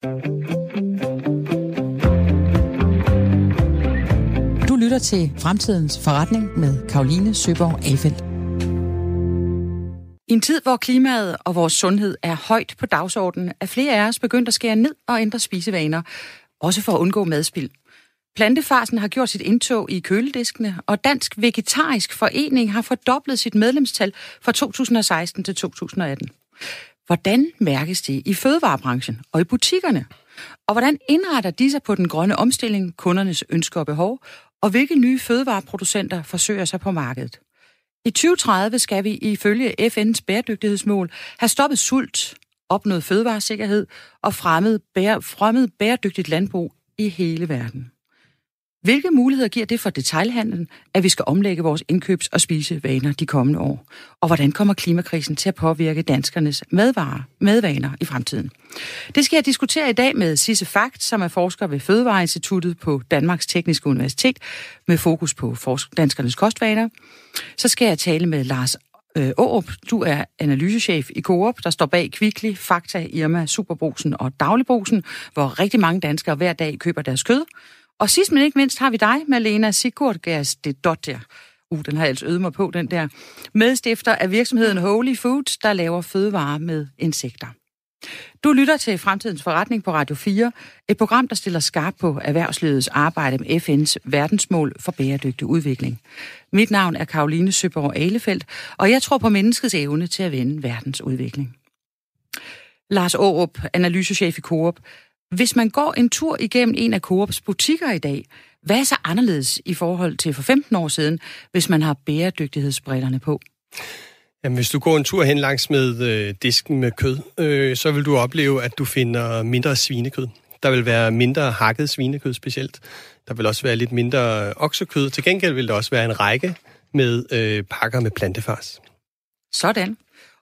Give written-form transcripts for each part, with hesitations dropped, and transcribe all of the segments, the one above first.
Du lytter til Fremtidens Forretning med Caroline Søborg Ahlfeldt. I en tid, hvor klimaet og vores sundhed er højt på dagsordenen, er flere af os begyndt at skære ned og ændre spisevaner, også for at undgå madspild. Plantefarsen har gjort sit indtog i kølediskene, og Dansk Vegetarisk Forening har fordoblet sit medlemstal fra 2016 til 2018. Hvordan mærkes det i fødevarebranchen og i butikkerne? Og hvordan indretter de sig på den grønne omstilling, kundernes ønsker og behov, og hvilke nye fødevareproducenter forsøger sig på markedet? I 2030 skal vi ifølge FN's bæredygtighedsmål have stoppet sult, opnået fødevaresikkerhed og fremmet bæredygtigt landbrug i hele verden. Hvilke muligheder giver det for detailhandlen, at vi skal omlægge vores indkøbs- og spisevaner de kommende år? Og hvordan kommer klimakrisen til at påvirke danskernes madvaner i fremtiden? Det skal jeg diskutere i dag med Sisse Fagt, som er forsker ved Fødevareinstituttet på Danmarks Tekniske Universitet, med fokus på danskernes kostvaner. Så skal jeg tale med Lars Aarup. Du er analysechef i Coop, der står bag Kvickly, Fakta, Irma, Superbrugsen og Dagligbrugsen, hvor rigtig mange danskere hver dag køber deres kød. Og sidst men ikke mindst har vi dig, Malena Sigurdsdóttir. Den har jeg altså øvet mig på, den der. Medstifter af virksomheden Holy Foods, der laver fødevarer med insekter. Du lytter til Fremtidens Forretning på Radio 4, et program, der stiller skarpt på erhvervslivets arbejde med FN's verdensmål for bæredygtig udvikling. Mit navn er Caroline Søborg Ahlfeldt, og jeg tror på menneskets evne til at vende verdens udvikling. Lars Aarup, analysechef i Coop. Hvis man går en tur igennem en af Coops butikker i dag, hvad er så anderledes i forhold til for 15 år siden, hvis man har bæredygtighedsbrillerne på? Jamen, hvis du går en tur hen langs med disken med kød, så vil du opleve, at du finder mindre svinekød. Der vil være mindre hakket svinekød specielt. Der vil også være lidt mindre oksekød. Til gengæld vil der også være en række med pakker med plantefars. Sådan.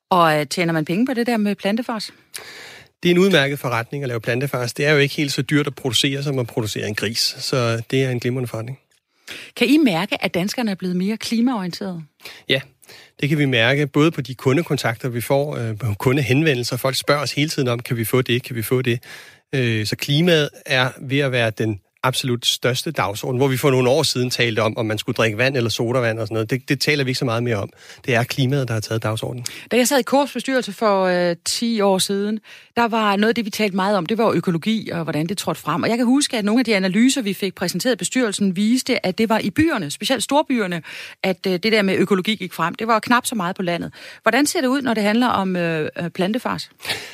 Og tjener man penge på det der med plantefars? Det er en udmærket forretning at lave plantefars. Det er jo ikke helt så dyrt at producere, som at producere en gris. Så det er en glimrende forretning. Kan I mærke, at danskerne er blevet mere klimaorienterede? Ja, det kan vi mærke både på de kundekontakter, vi får, på kundehenvendelser. Folk spørger os hele tiden om, kan vi få det, kan vi få det. Så klimaet er ved at være den absolut største dagsorden, hvor vi for nogle år siden talte om man skulle drikke vand eller sodavand og sådan noget. Det taler vi ikke så meget mere om. Det er klimaet, der har taget dagsordenen. Da jeg sad i Coops bestyrelse for 10 år siden, der var noget af det, vi talte meget om, det var økologi og hvordan det trådte frem. Og jeg kan huske, at nogle af de analyser, vi fik præsenteret i bestyrelsen, viste, at det var i byerne, specielt storbyerne, at det der med økologi gik frem. Det var knap så meget på landet. Hvordan ser det ud, når det handler om plantefars?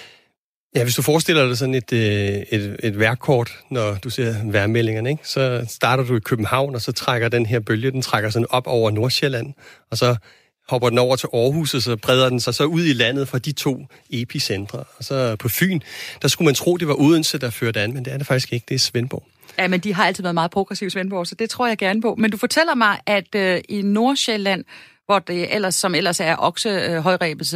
Ja, hvis du forestiller dig sådan et vejrkort, når du ser vejrmeldingerne, ikke? Så starter du i København, og så trækker den her bølge, den trækker sådan op over Nordsjælland, og så hopper den over til Aarhus, og så breder den sig så ud i landet fra de 2 epicentre. Og så på Fyn, der skulle man tro, det var Odense, der førte an, men det er det faktisk ikke, det er Svendborg. Ja, men de har altid været meget progressive, Svendborg, så det tror jeg gerne på. Men du fortæller mig, at i Nordsjælland, hvor det ellers er oksehøjrebets,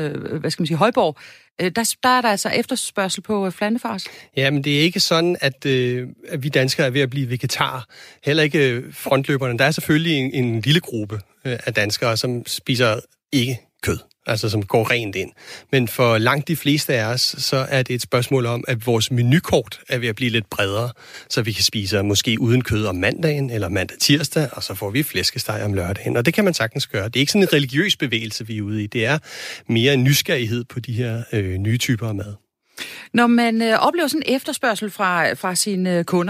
højborg, der er der altså efterspørgsel på plantefars. Ja, men det er ikke sådan, at vi danskere er ved at blive vegetarer. Heller ikke frontløberne. Der er selvfølgelig en lille gruppe af danskere, som spiser ikke kød. Altså som går rent ind. Men for langt de fleste af os, så er det et spørgsmål om, at vores menukort er ved at blive lidt bredere, så vi kan spise måske uden kød om mandagen eller mandag-tirsdag, og så får vi flæskesteg om lørdagen. Og det kan man sagtens gøre. Det er ikke sådan en religiøs bevægelse, vi er ude i. Det er mere en nysgerrighed på de her nye typer af mad. Når man oplever sådan en efterspørgsel fra sine kunder,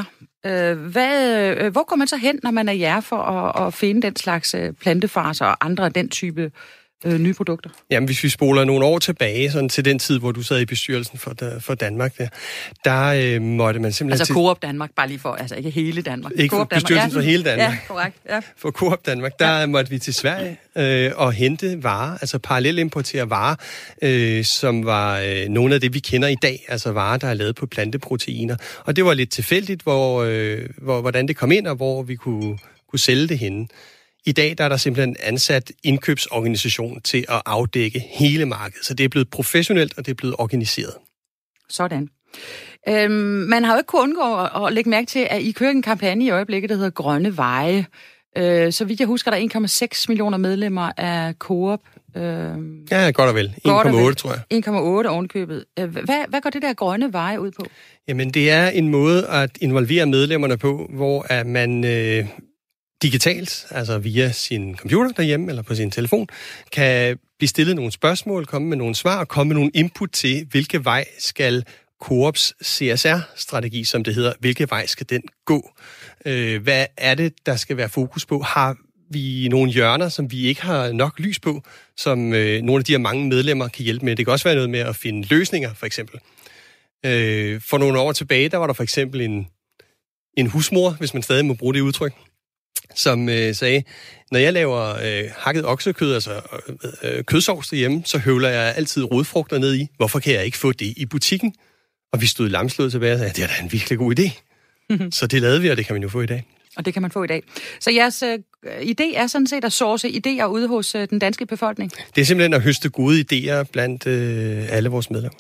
hvor går man så hen, når man er jer for at finde den slags plantefars og andre den type nye produkter? Jamen, hvis vi spoler nogle år tilbage, sådan til den tid, hvor du sad i bestyrelsen for Danmark, der måtte man simpelthen... Altså Coop Danmark, bare lige for, altså ikke hele Danmark. Ikke for bestyrelsen for hele Danmark. Ja, korrekt. Ja. For Coop Danmark, der måtte vi til Sverige og hente varer, altså parallelimportere varer, som var nogle af det, vi kender i dag, altså varer, der er lavet på planteproteiner. Og det var lidt tilfældigt, hvordan det kom ind, og hvor vi kunne sælge det henne. I dag der er der simpelthen ansat indkøbsorganisation til at afdække hele markedet. Så det er blevet professionelt, og det er blevet organiseret. Sådan. Man har jo ikke kunnet undgå at lægge mærke til, at I kører en kampagne i øjeblikket, der hedder Grønne Veje. Så vidt jeg husker, der er 1,6 millioner medlemmer af Coop. Ja, godt og vel. 1,8, tror jeg. 1,8 ovenkøbet. Hvad går det der grønne veje ud på? Jamen, det er en måde at involvere medlemmerne på, hvor at man digitalt, altså via sin computer derhjemme eller på sin telefon, kan blive stillet nogle spørgsmål, komme med nogle svar og komme med nogle input til, hvilke vej skal Coops CSR-strategi, som det hedder, hvilke vej skal den gå? Hvad er det, der skal være fokus på? Har vi nogle hjørner, som vi ikke har nok lys på, som nogle af de her mange medlemmer kan hjælpe med? Det kan også være noget med at finde løsninger, for eksempel. For nogle år tilbage, der var der for eksempel en husmor, hvis man stadig må bruge det udtryk, som sagde, når jeg laver hakket oksekød, altså kødsovs derhjemme, så høvler jeg altid rodfrugter ned i. Hvorfor kan jeg ikke få det i butikken? Og vi stod lamslået tilbage og sagde, det er da en virkelig god idé. Så det lavede vi, og det kan man jo få i dag. Og det kan man få i dag. Så jeres idé er sådan set at source idéer ude hos den danske befolkning? Det er simpelthen at høste gode idéer blandt alle vores medlemmer.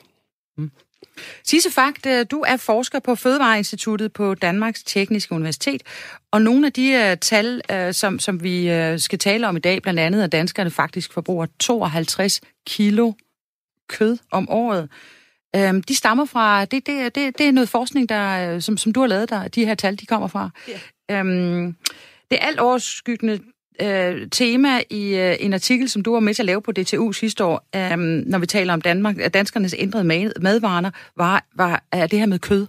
Sisse Fagt, du er forsker på Fødevareinstituttet på Danmarks Tekniske Universitet, og nogle af de tal, som vi skal tale om i dag, blandt andet, at danskerne faktisk forbruger 52 kilo kød om året. De stammer fra, det er noget forskning, der, som du har lavet der, de her tal, de kommer fra. Yeah. Det er alt overskyggende tema i en artikel, som du var med til at lave på DTU sidste år, når vi taler om danskernes ændrede madvaner, er det her med kød.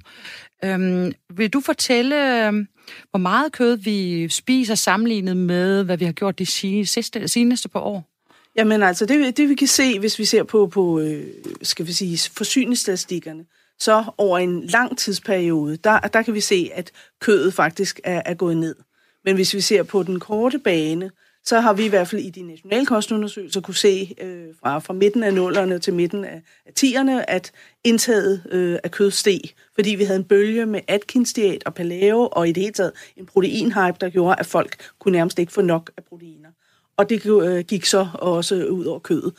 Vil du fortælle, hvor meget kød vi spiser sammenlignet med, hvad vi har gjort de seneste par år? Jamen altså, det vi kan se, hvis vi ser på skal vi sige, forsyningsstatistikkerne, så over en lang tidsperiode, der kan vi se, at kødet faktisk er gået ned. Men hvis vi ser på den korte bane, så har vi i hvert fald i de nationale kostundersøgelser kunne se fra midten af 0'erne til midten af 10'erne, at indtaget af kød steg, fordi vi havde en bølge med Atkins-diæt og paleo, og i det hele taget en proteinhype, der gjorde, at folk kunne nærmest ikke få nok af proteiner. Og det gik så også ud over kødet.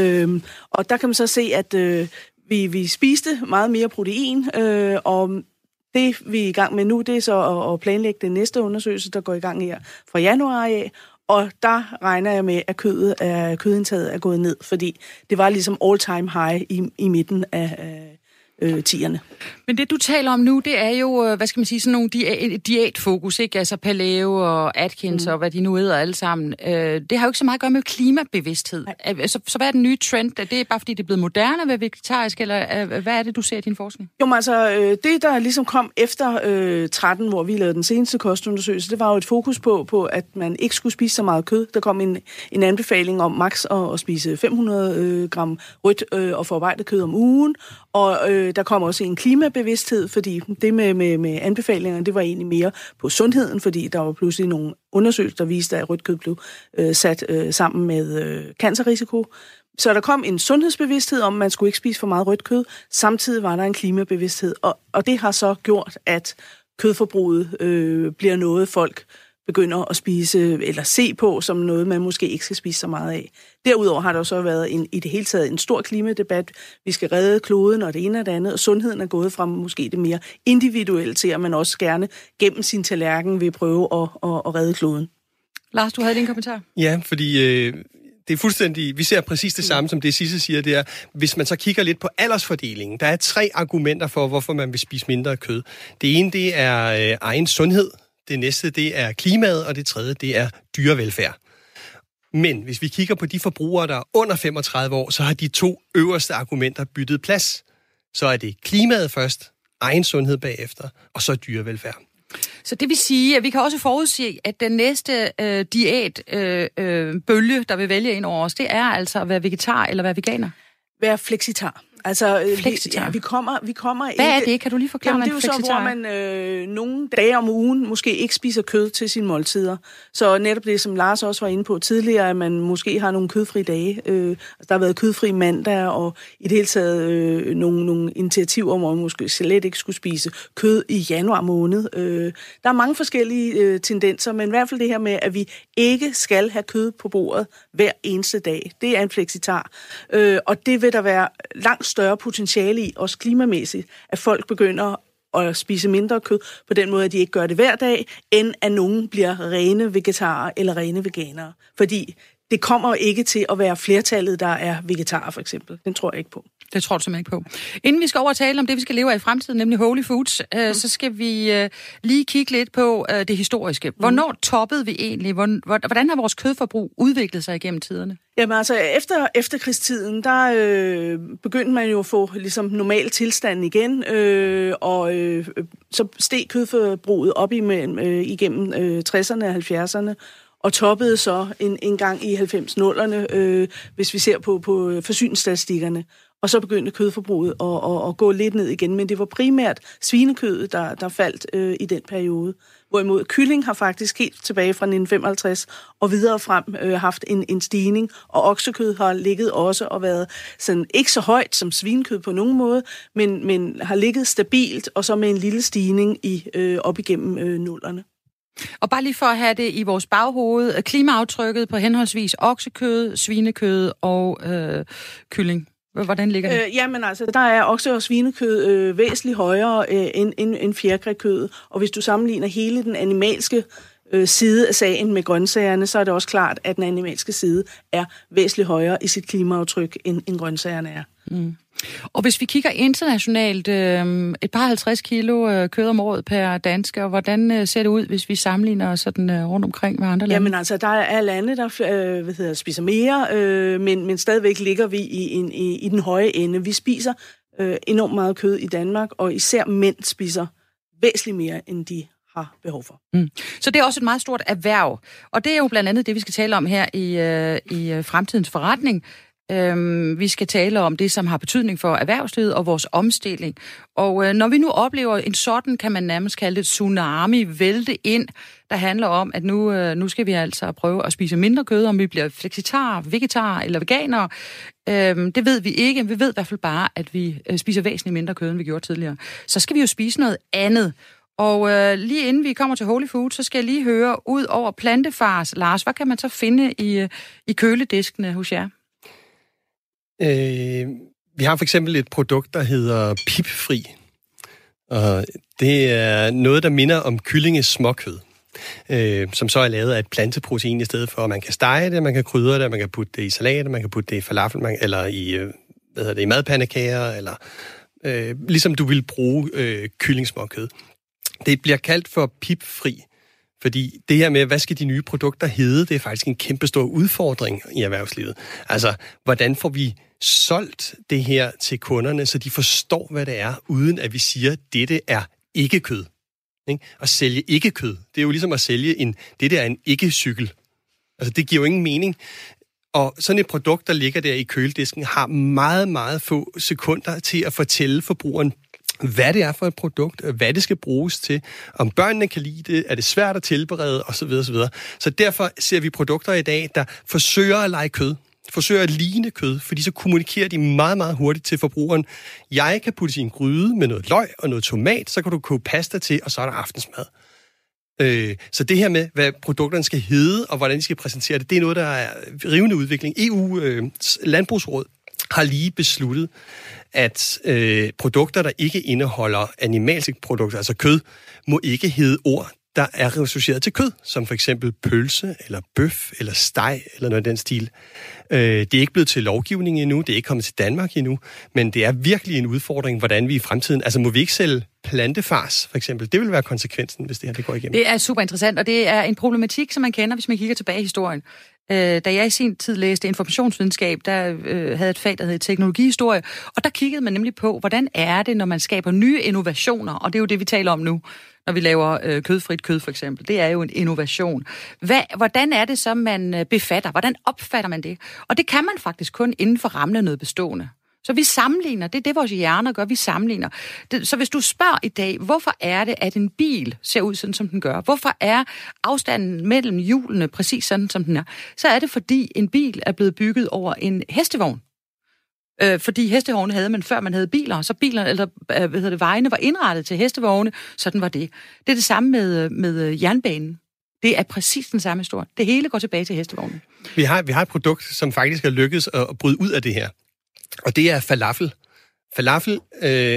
Og der kan man så se, at vi spiste meget mere protein, og det, vi er i gang med nu, det er så at planlægge den næste undersøgelse, der går i gang her fra januar af, og der regner jeg med, at kødindtaget er gået ned, fordi det var ligesom all-time high i midten af 10'erne. Men det, du taler om nu, det er jo, hvad skal man sige, sådan nogle diætfokus, ikke? Altså paleo og Atkins og hvad de nu hedder alle sammen. Det har jo ikke så meget at gøre med klimabevidsthed. Så hvad er den nye trend? Det er bare fordi, det er blevet moderne at være vegetarisk, eller hvad er det, du ser i din forskning? Jo, altså, det der ligesom kom efter 13, hvor vi lavede den seneste kostundersøgelse, det var jo et fokus på, at man ikke skulle spise så meget kød. Der kom en anbefaling om maks at spise 500 gram rødt og forarbejdet kød om ugen, og der kom også en klimabevidsthed, fordi det med anbefalingerne, det var egentlig mere på sundheden, fordi der var pludselig nogle undersøgelser, der viste, at rødt kød blev sat sammen med cancerrisiko. Så der kom en sundhedsbevidsthed om, at man skulle ikke spise for meget rødt kød. Samtidig var der en klimabevidsthed, og det har så gjort, at kødforbruget bliver noget, folk begynder at spise eller se på som noget, man måske ikke skal spise så meget af. Derudover har der jo så været i det hele taget en stor klimadebat. Vi skal redde kloden og det ene og det andet, og sundheden er gået fra måske det mere individuelle til, at man også gerne gennem sin tallerken vil prøve at redde kloden. Lars, du havde din kommentar? Ja, fordi det er fuldstændig, vi ser præcis det samme, som det Sisse siger, det er, hvis man så kigger lidt på aldersfordelingen, der er 3 argumenter for, hvorfor man vil spise mindre kød. Det ene, det er egen sundhed. Det næste, det er klimaet, og det tredje, det er dyrevelfærd. Men hvis vi kigger på de forbrugere, der er under 35 år, så har de 2 øverste argumenter byttet plads. Så er det klimaet først, egen sundhed bagefter, og så dyrevelfærd. Så det vil sige, at vi kan også forudse, at den næste diætbølge, der vil vælge ind over os, det er altså at være vegetar eller være veganer? Være flexitar. Altså, flexitar. Vi kommer Hvad er det? Kan du lige forklare mig, det er jo så, hvor man nogle dage om ugen måske ikke spiser kød til sine måltider. Så netop det, som Lars også var inde på tidligere, at man måske har nogle kødfri dage. Der har været kødfri mandag, og i det hele taget nogle initiativer, hvor man måske slet ikke skulle spise kød i januar måned. Der er mange forskellige tendenser, men i hvert fald det her med, at vi ikke skal have kød på bordet hver eneste dag. Det er en flexitar. Og det vil der være langt større potentiale i, også klimamæssigt, at folk begynder at spise mindre kød, på den måde, at de ikke gør det hver dag, end at nogen bliver rene vegetarer eller rene veganere. Fordi det kommer ikke til at være flertallet, der er vegetarer, for eksempel. Den tror jeg ikke på. Det tror du simpelthen ikke på. Inden vi skal over og tale om det, vi skal leve af i fremtiden, nemlig Holy Foods, så skal vi lige kigge lidt på det historiske. Hvornår toppede vi egentlig? Hvordan har vores kødforbrug udviklet sig igennem tiderne? Jamen altså, efter efterkrigstiden, der begyndte man jo at få ligesom normal tilstand igen, så steg kødforbruget op igennem 60'erne og 70'erne, og toppede så en gang i 90'erne, hvis vi ser på forsyningsstatistikkerne. Og så begyndte kødforbruget at gå lidt ned igen, men det var primært svinekødet, der faldt i den periode. Hvorimod kylling har faktisk helt tilbage fra 1955 og videre frem haft en stigning, og oksekød har ligget også og været sådan ikke så højt som svinekød på nogen måde, men har ligget stabilt, og så med en lille stigning op igennem nullerne. Og bare lige for at have det i vores baghoved, klimaaftrykket på henholdsvis oksekød, svinekød og kylling. Hvordan ligger det? Jamen altså, der er okse- og svinekød væsentligt højere end fjerkrækød, og hvis du sammenligner hele den animalske side af sagen med grøntsagerne, så er det også klart, at den animalske side er væsentligt højere i sit klimaaftryk, end grøntsagerne er. Mm. Og hvis vi kigger internationalt, et par 50 kilo kød om året per dansker, hvordan ser det ud, hvis vi sammenligner sådan rundt omkring med andre lande? Jamen altså, der er lande, der spiser mere, men stadigvæk ligger vi i den høje ende. Vi spiser enormt meget kød i Danmark, og især mænd spiser væsentligt mere, end de har behov for. Mm. Så det er også et meget stort erhverv, og det er jo blandt andet det, vi skal tale om her i Fremtidens Forretning. Vi skal tale om det, som har betydning for erhvervslivet og vores omstilling. Og når vi nu oplever en sådan, kan man nærmest kalde det tsunami, vælte ind, der handler om, at nu skal vi altså prøve at spise mindre kød, om vi bliver flexitarer, vegetarer eller veganere. Det ved vi ikke. Vi ved i hvert fald bare, at vi spiser væsentligt mindre kød, end vi gjorde tidligere. Så skal vi jo spise noget andet. Og lige inden vi kommer til Holy Food, så skal jeg lige høre ud over plantefars. Lars, hvad kan man så finde i kølediskene hos jer? Vi har for eksempel et produkt, der hedder Pipfri. Og det er noget, der minder om kyllinges småkød, som så er lavet af et planteprotein i stedet for. Man kan stege det, man kan krydre det, man kan putte det i salat, man kan putte det i falafel, eller i madpandekager, eller ligesom du vil bruge kyllingsmåkød. Det bliver kaldt for Pipfri, fordi det her med, hvad skal de nye produkter hedde, det er faktisk en kæmpe stor udfordring i erhvervslivet. Altså, hvordan får vi solgt det her til kunderne, så de forstår, hvad det er, uden at vi siger, at dette er ikke kød. Ikke? At sælge ikke kød, det er jo ligesom at sælge dette er en ikke-cykel. Altså, det giver jo ingen mening. Og sådan et produkt, der ligger der i køledisken, har meget, meget få sekunder til at fortælle forbrugeren, hvad det er for et produkt, hvad det skal bruges til, om børnene kan lide det, er det svært at tilberede, osv. osv. Så derfor ser vi produkter i dag, der forsøger at lege kød, forsøger at ligne kød, fordi så kommunikerer de meget, meget hurtigt til forbrugeren. Jeg kan putte i en gryde med noget løg og noget tomat, så kan du koge pasta til, og så er der aftensmad. Så det her med, hvad produkterne skal hedde, og hvordan de skal præsentere det, det er noget, der er rivende udvikling. EU's landbrugsråd har lige besluttet, at produkter, der ikke indeholder animalske produkter, altså kød, må ikke hedde ord, der er associeret til kød, som for eksempel pølse, eller bøf, eller steg, eller noget af den stil. Det er ikke blevet til lovgivning endnu, det er ikke kommet til Danmark endnu, men det er virkelig en udfordring, hvordan vi i fremtiden, altså må vi ikke sælge plantefars, for eksempel. Det vil være konsekvensen, hvis det her det går igennem. Det er super interessant, og det er en problematik, som man kender, hvis man kigger tilbage i historien. Da jeg i sin tid læste informationsvidenskab, der havde et fag, der hed teknologihistorie, og der kiggede man nemlig på, hvordan er det, når man skaber nye innovationer, og det er jo det, vi taler om nu, når vi laver kødfrit kød for eksempel. Det er jo en innovation. Hvordan er det så, man befatter? Hvordan opfatter man det? Og det kan man faktisk kun inden for rammen af noget bestående. Så vi sammenligner, det er det, vores hjerner gør, vi sammenligner. Så hvis du spørger i dag, hvorfor er det, at en bil ser ud sådan, som den gør? Hvorfor er afstanden mellem hjulene præcis sådan, som den er? Så er det, fordi en bil er blevet bygget over en hestevogn. Fordi hestevogne havde man, før man havde biler, så biler, eller vejene var indrettet til hestevogne, sådan var det. Det er det samme med jernbanen. Det er præcis den samme historie. Det hele går tilbage til hestevognen. Vi har et produkt, som faktisk har lykkedes at bryde ud af det her. Og det er falafel. Falafel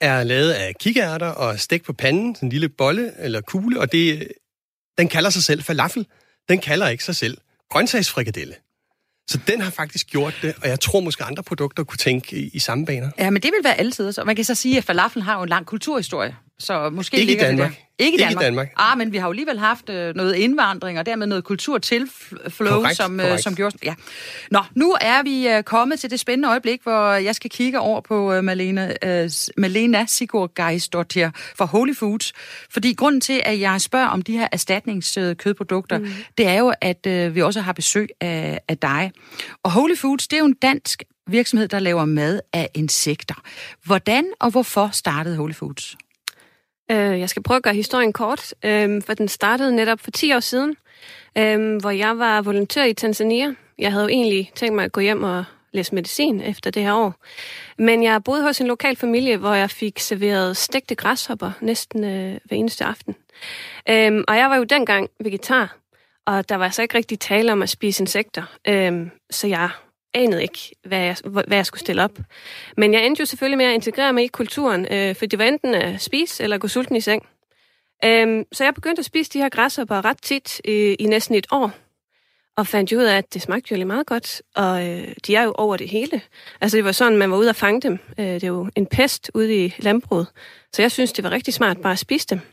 er lavet af kikærter og stegt på panden, sådan en lille bolle eller kugle, og den kalder sig selv falafel. Den kalder ikke sig selv grøntsagsfrikadelle. Så den har faktisk gjort det, og jeg tror måske andre produkter kunne tænke i samme baner. Ja, men det vil være altid. Og man kan så sige, at falafel har jo en lang kulturhistorie. Så måske ikke i Danmark. Det der. Ikke i Danmark. Men vi har jo alligevel haft noget indvandring, og dermed noget kulturtilflow, som gjorde... Ja. Nå, nu er vi kommet til det spændende øjeblik, hvor jeg skal kigge over på Malena Sigurgeirsdottir fra Holy Foods. Fordi grunden til, at jeg spørger om de her erstatningskødprodukter, det er jo, at vi også har besøg af dig. Og Holy Foods, det er jo en dansk virksomhed, der laver mad af insekter. Hvordan og hvorfor startede Holy Foods? Jeg skal prøve at gøre historien kort, for den startede netop for 10 år siden, hvor jeg var volontør i Tanzania. Jeg havde jo egentlig tænkt mig at gå hjem og læse medicin efter det her år. Men jeg boede hos en lokal familie, hvor jeg fik serveret stegte græshopper næsten hver eneste aften. Og jeg var jo dengang vegetar, og der var altså ikke rigtig tale om at spise insekter. Så jeg anede ikke, hvad jeg skulle stille op. Men jeg endte jo selvfølgelig med at integrere mig i kulturen, for det var enten at spise eller gå sulten i seng. Så jeg begyndte at spise de her græshopper ret tit i næsten et år, og fandt ud af, at det smagte jo meget godt, og de er jo over det hele. Altså det var sådan, man var ude at fange dem. Det er jo en pest ude i landbruget, så jeg synes, det var rigtig smart bare at spise dem.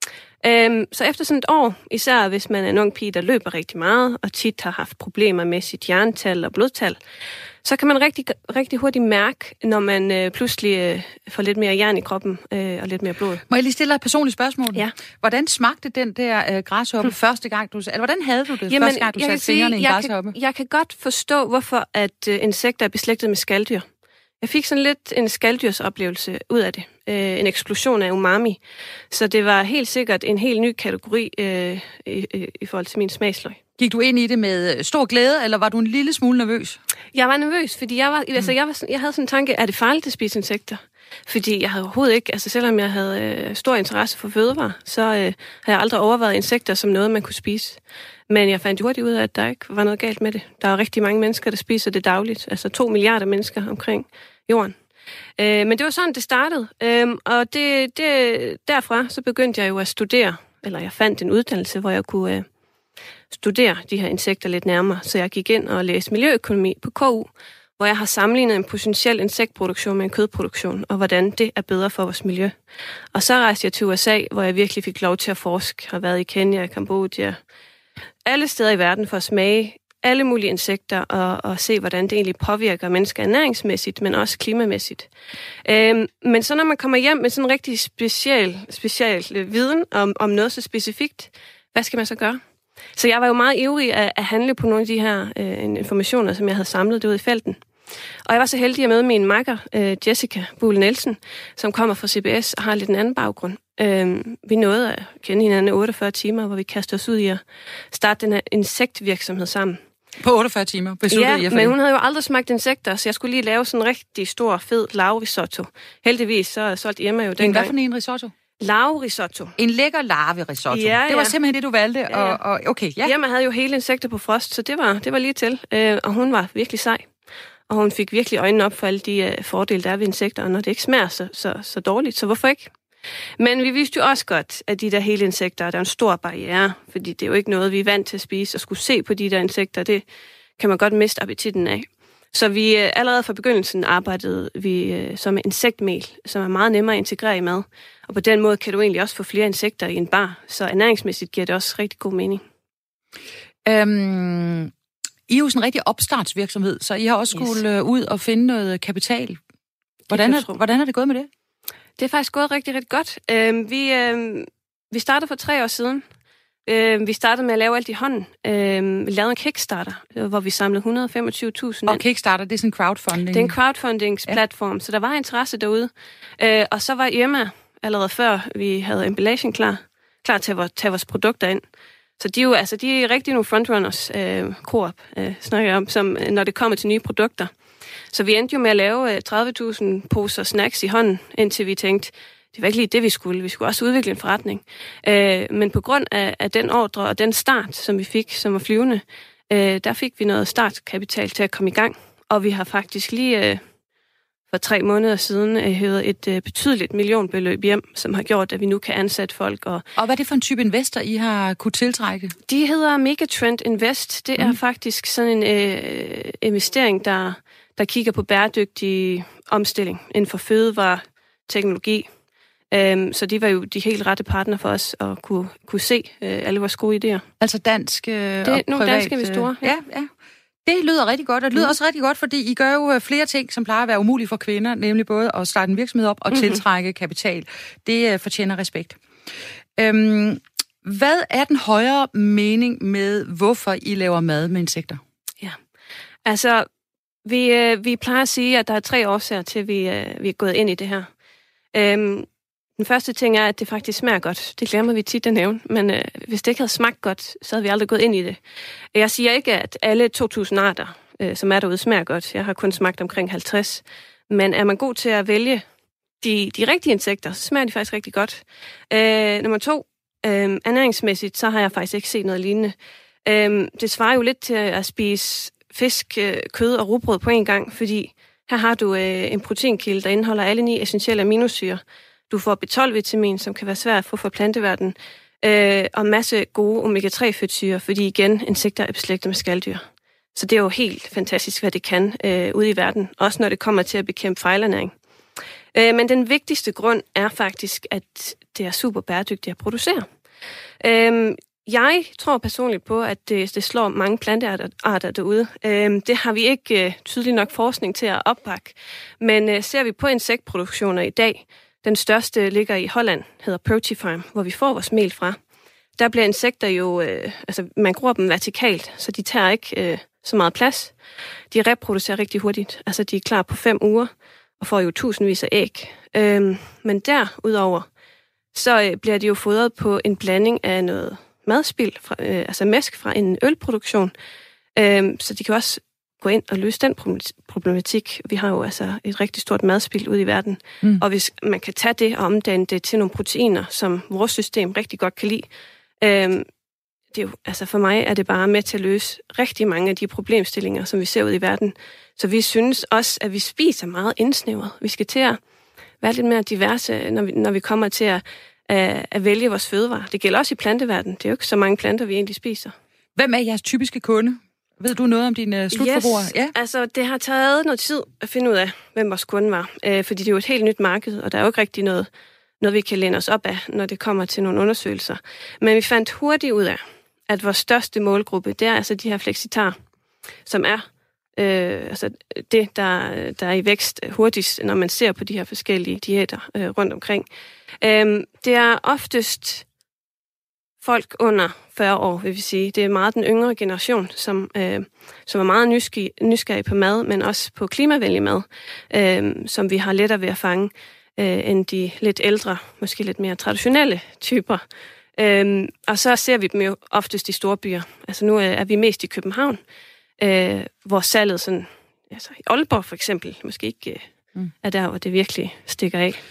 Så efter sådan et år, især hvis man er en ung pige, der løber rigtig meget, og tit har haft problemer med sit jerntal og blodtal, så kan man rigtig, rigtig hurtigt mærke, når man pludselig får lidt mere jern i kroppen og lidt mere blod. Må jeg lige stille dig et personligt spørgsmål? Ja. Hvordan smagte den der græshoppe første gang, eller hvordan havde du det første gang, du satte fingrene i en græshoppe? Jeg kan godt forstå, hvorfor at insekter er beslægtet med skaldyr. Jeg fik sådan lidt en skaldyrsoplevelse ud af det. En eksplosion af umami. Så det var helt sikkert en helt ny kategori i forhold til min smagsløg. Gik du ind i det med stor glæde, eller var du en lille smule nervøs? Jeg var nervøs, fordi jeg havde sådan en tanke, er det farligt at spise insekter? Fordi jeg havde overhovedet ikke, altså selvom jeg havde stor interesse for fødevarer, så har jeg aldrig overvejet insekter som noget, man kunne spise. Men jeg fandt hurtigt ud af, at der ikke var noget galt med det. Der er rigtig mange mennesker, der spiser det dagligt. Altså 2 milliarder mennesker omkring jorden. Men det var sådan, det startede. Og derfra så begyndte jeg jo at studere, eller jeg fandt en uddannelse, hvor jeg kunne studere de her insekter lidt nærmere. Så jeg gik ind og læste miljøøkonomi på KU, hvor jeg har sammenlignet en potentiel insektproduktion med en kødproduktion, og hvordan det er bedre for vores miljø. Og så rejste jeg til USA, hvor jeg virkelig fik lov til at forske. Jeg har været i Kenya, Kambodja, alle steder i verden for at smage alle mulige insekter og se, hvordan det egentlig påvirker mennesker ernæringsmæssigt, men også klimamæssigt. Men så når man kommer hjem med sådan en rigtig special viden om noget så specifikt, hvad skal man så gøre? Så jeg var jo meget ivrig at handle på nogle af de her informationer, som jeg havde samlet derude i felten. Og jeg var så heldig at møde min makker, Jessica Buhl Nielsen, som kommer fra CBS og har lidt en anden baggrund. Vi nåede at kende hinanden i 48 timer, hvor vi kastede os ud i at starte den her insektvirksomhed sammen. På 48 timer besluttede I at men hun havde jo aldrig smagt insekter, så jeg skulle lige lave sådan en rigtig stor, fed laurisotto. Heldigvis så solgte Irma jo dengang. Hvad for en risotto? Laurisotto. En lækker larverisotto. Ja. Det var simpelthen det, du valgte. Ja. Og okay, ja. Irma havde jo hele insekter på frost, så det var lige til. Og hun var virkelig sej. Og hun fik virkelig øjnene op for alle de fordele, der er ved insekter, og når det ikke smager så dårligt, så hvorfor ikke? Men vi vidste jo også godt, at de der hele insekter, der er en stor barriere, fordi det er jo ikke noget, vi er vant til at spise, og skulle se på de der insekter, det kan man godt miste appetitten af. Så vi allerede fra begyndelsen arbejdede vi som insektmel, som er meget nemmere at integrere i mad. Og på den måde kan du egentlig også få flere insekter i en bar, så ernæringsmæssigt giver det også rigtig god mening. I er jo sådan en rigtig opstartsvirksomhed, så I har også skulle ud og finde noget kapital. Hvordan er det gået med det? Det er faktisk gået rigtig, rigtig godt. Vi startede for 3 år siden. Vi startede med at lave alt i hånden. Vi lavede en Kickstarter, hvor vi samlede 125.000. Og Kickstarter, det er sådan en crowdfunding? Det er en crowdfundingsplatform, så der var interesse derude. Og så var Irma, allerede før vi havde emballagen klar til at tage vores produkter ind. Så de er rigtig nogle frontrunners, Coop snakker jeg om, som, når det kommer til nye produkter. Så vi endte jo med at lave 30.000 poser snacks i hånden, indtil vi tænkte, det var ikke lige det, vi skulle. Vi skulle også udvikle en forretning. Men på grund af den ordre og den start, som vi fik, som var flyvende, der fik vi noget startkapital til at komme i gang. Og vi har faktisk lige for 3 måneder siden hævet et betydeligt millionbeløb hjem, som har gjort, at vi nu kan ansætte folk. Og hvad er det for en type investor, I har kunne tiltrække? De hedder Megatrend Invest. Det er faktisk sådan en investering, der kigger på bæredygtig omstilling inden for fødevare, teknologi. Så de var jo de helt rette partner for os at kunne se alle vores gode idéer. Altså danske det er nogle danske investorer. Ja. Det lyder rigtig godt, og det lyder også rigtig godt, fordi I gør jo flere ting, som plejer at være umulige for kvinder, nemlig både at starte en virksomhed op og tiltrække kapital. Det fortjener respekt. Hvad er den højere mening med, hvorfor I laver mad med insekter? Ja, altså vi plejer at sige, at der er 3 årsager til, at vi er gået ind i det her. Den første ting er, at det faktisk smager godt. Det glemmer vi tit at nævne, men hvis det ikke havde smagt godt, så havde vi aldrig gået ind i det. Jeg siger ikke, at alle 2.000 arter, som er derude, smager godt. Jeg har kun smagt omkring 50. Men er man god til at vælge de rigtige insekter, så smager de faktisk rigtig godt. Nummer 2, ernæringsmæssigt, så har jeg faktisk ikke set noget lignende. Det svarer jo lidt til at spise fisk, kød og rugbrød på en gang, fordi her har du en proteinkilde, der indeholder alle 9 essentielle aminosyrer. Du får B12-vitamin, som kan være svært at få fra planteverdenen, og en masse gode omega-3-fedtsyrer, fordi igen, insekter er beslægtet med skaldyr. Så det er jo helt fantastisk, hvad det kan ude i verden, også når det kommer til at bekæmpe fejlernæring. Men den vigtigste grund er faktisk, at det er super bæredygtigt at producere. Jeg tror personligt på, at det slår mange plantearter derude. Det har vi ikke tydelig nok forskning til at opbakke. Men ser vi på insektproduktioner i dag, den største ligger i Holland, hedder Protefarm, hvor vi får vores mel fra. Der bliver insekter jo, man gror dem vertikalt, så de tager ikke så meget plads. De reproducerer rigtig hurtigt, altså de er klar på 5 uger og får jo tusindvis af æg. Men derudover, så bliver de jo fodret på en blanding af noget madspild, altså mæsk fra en ølproduktion, så de kan også gå ind og løse den problematik. Vi har jo altså et rigtig stort madspild ude i verden, og hvis man kan tage det og omdanne det til nogle proteiner, som vores system rigtig godt kan lide, det er jo, altså for mig er det bare med til at løse rigtig mange af de problemstillinger, som vi ser ude i verden. Så vi synes også, at vi spiser meget indsnævret. Vi skal til at være lidt mere diverse, når vi kommer til at vælge vores fødevarer. Det gælder også i planteverdenen. Det er jo ikke så mange planter, vi egentlig spiser. Hvem er jeres typiske kunde? Ved du noget om dine slutforbrugere? Yes. Ja, altså det har taget noget tid at finde ud af, hvem vores kunde var. Fordi det er jo et helt nyt marked, og der er jo ikke rigtig noget vi kan læne os op af, når det kommer til nogle undersøgelser. Men vi fandt hurtigt ud af, at vores største målgruppe, det er altså de her flexitarer, som er altså det, der er i vækst hurtigst, når man ser på de her forskellige diæter rundt omkring. Det er oftest folk under 40 år, vil vi sige. Det er meget den yngre generation, som er meget nysgerrig på mad, men også på klimavenlig mad, som vi har lettere ved at fange end de lidt ældre, måske lidt mere traditionelle typer. Og så ser vi dem jo oftest i store byer. Altså nu er vi mest i København, hvor salget sådan, altså i Aalborg for eksempel, måske ikke er der, hvor det virkelig stikker af.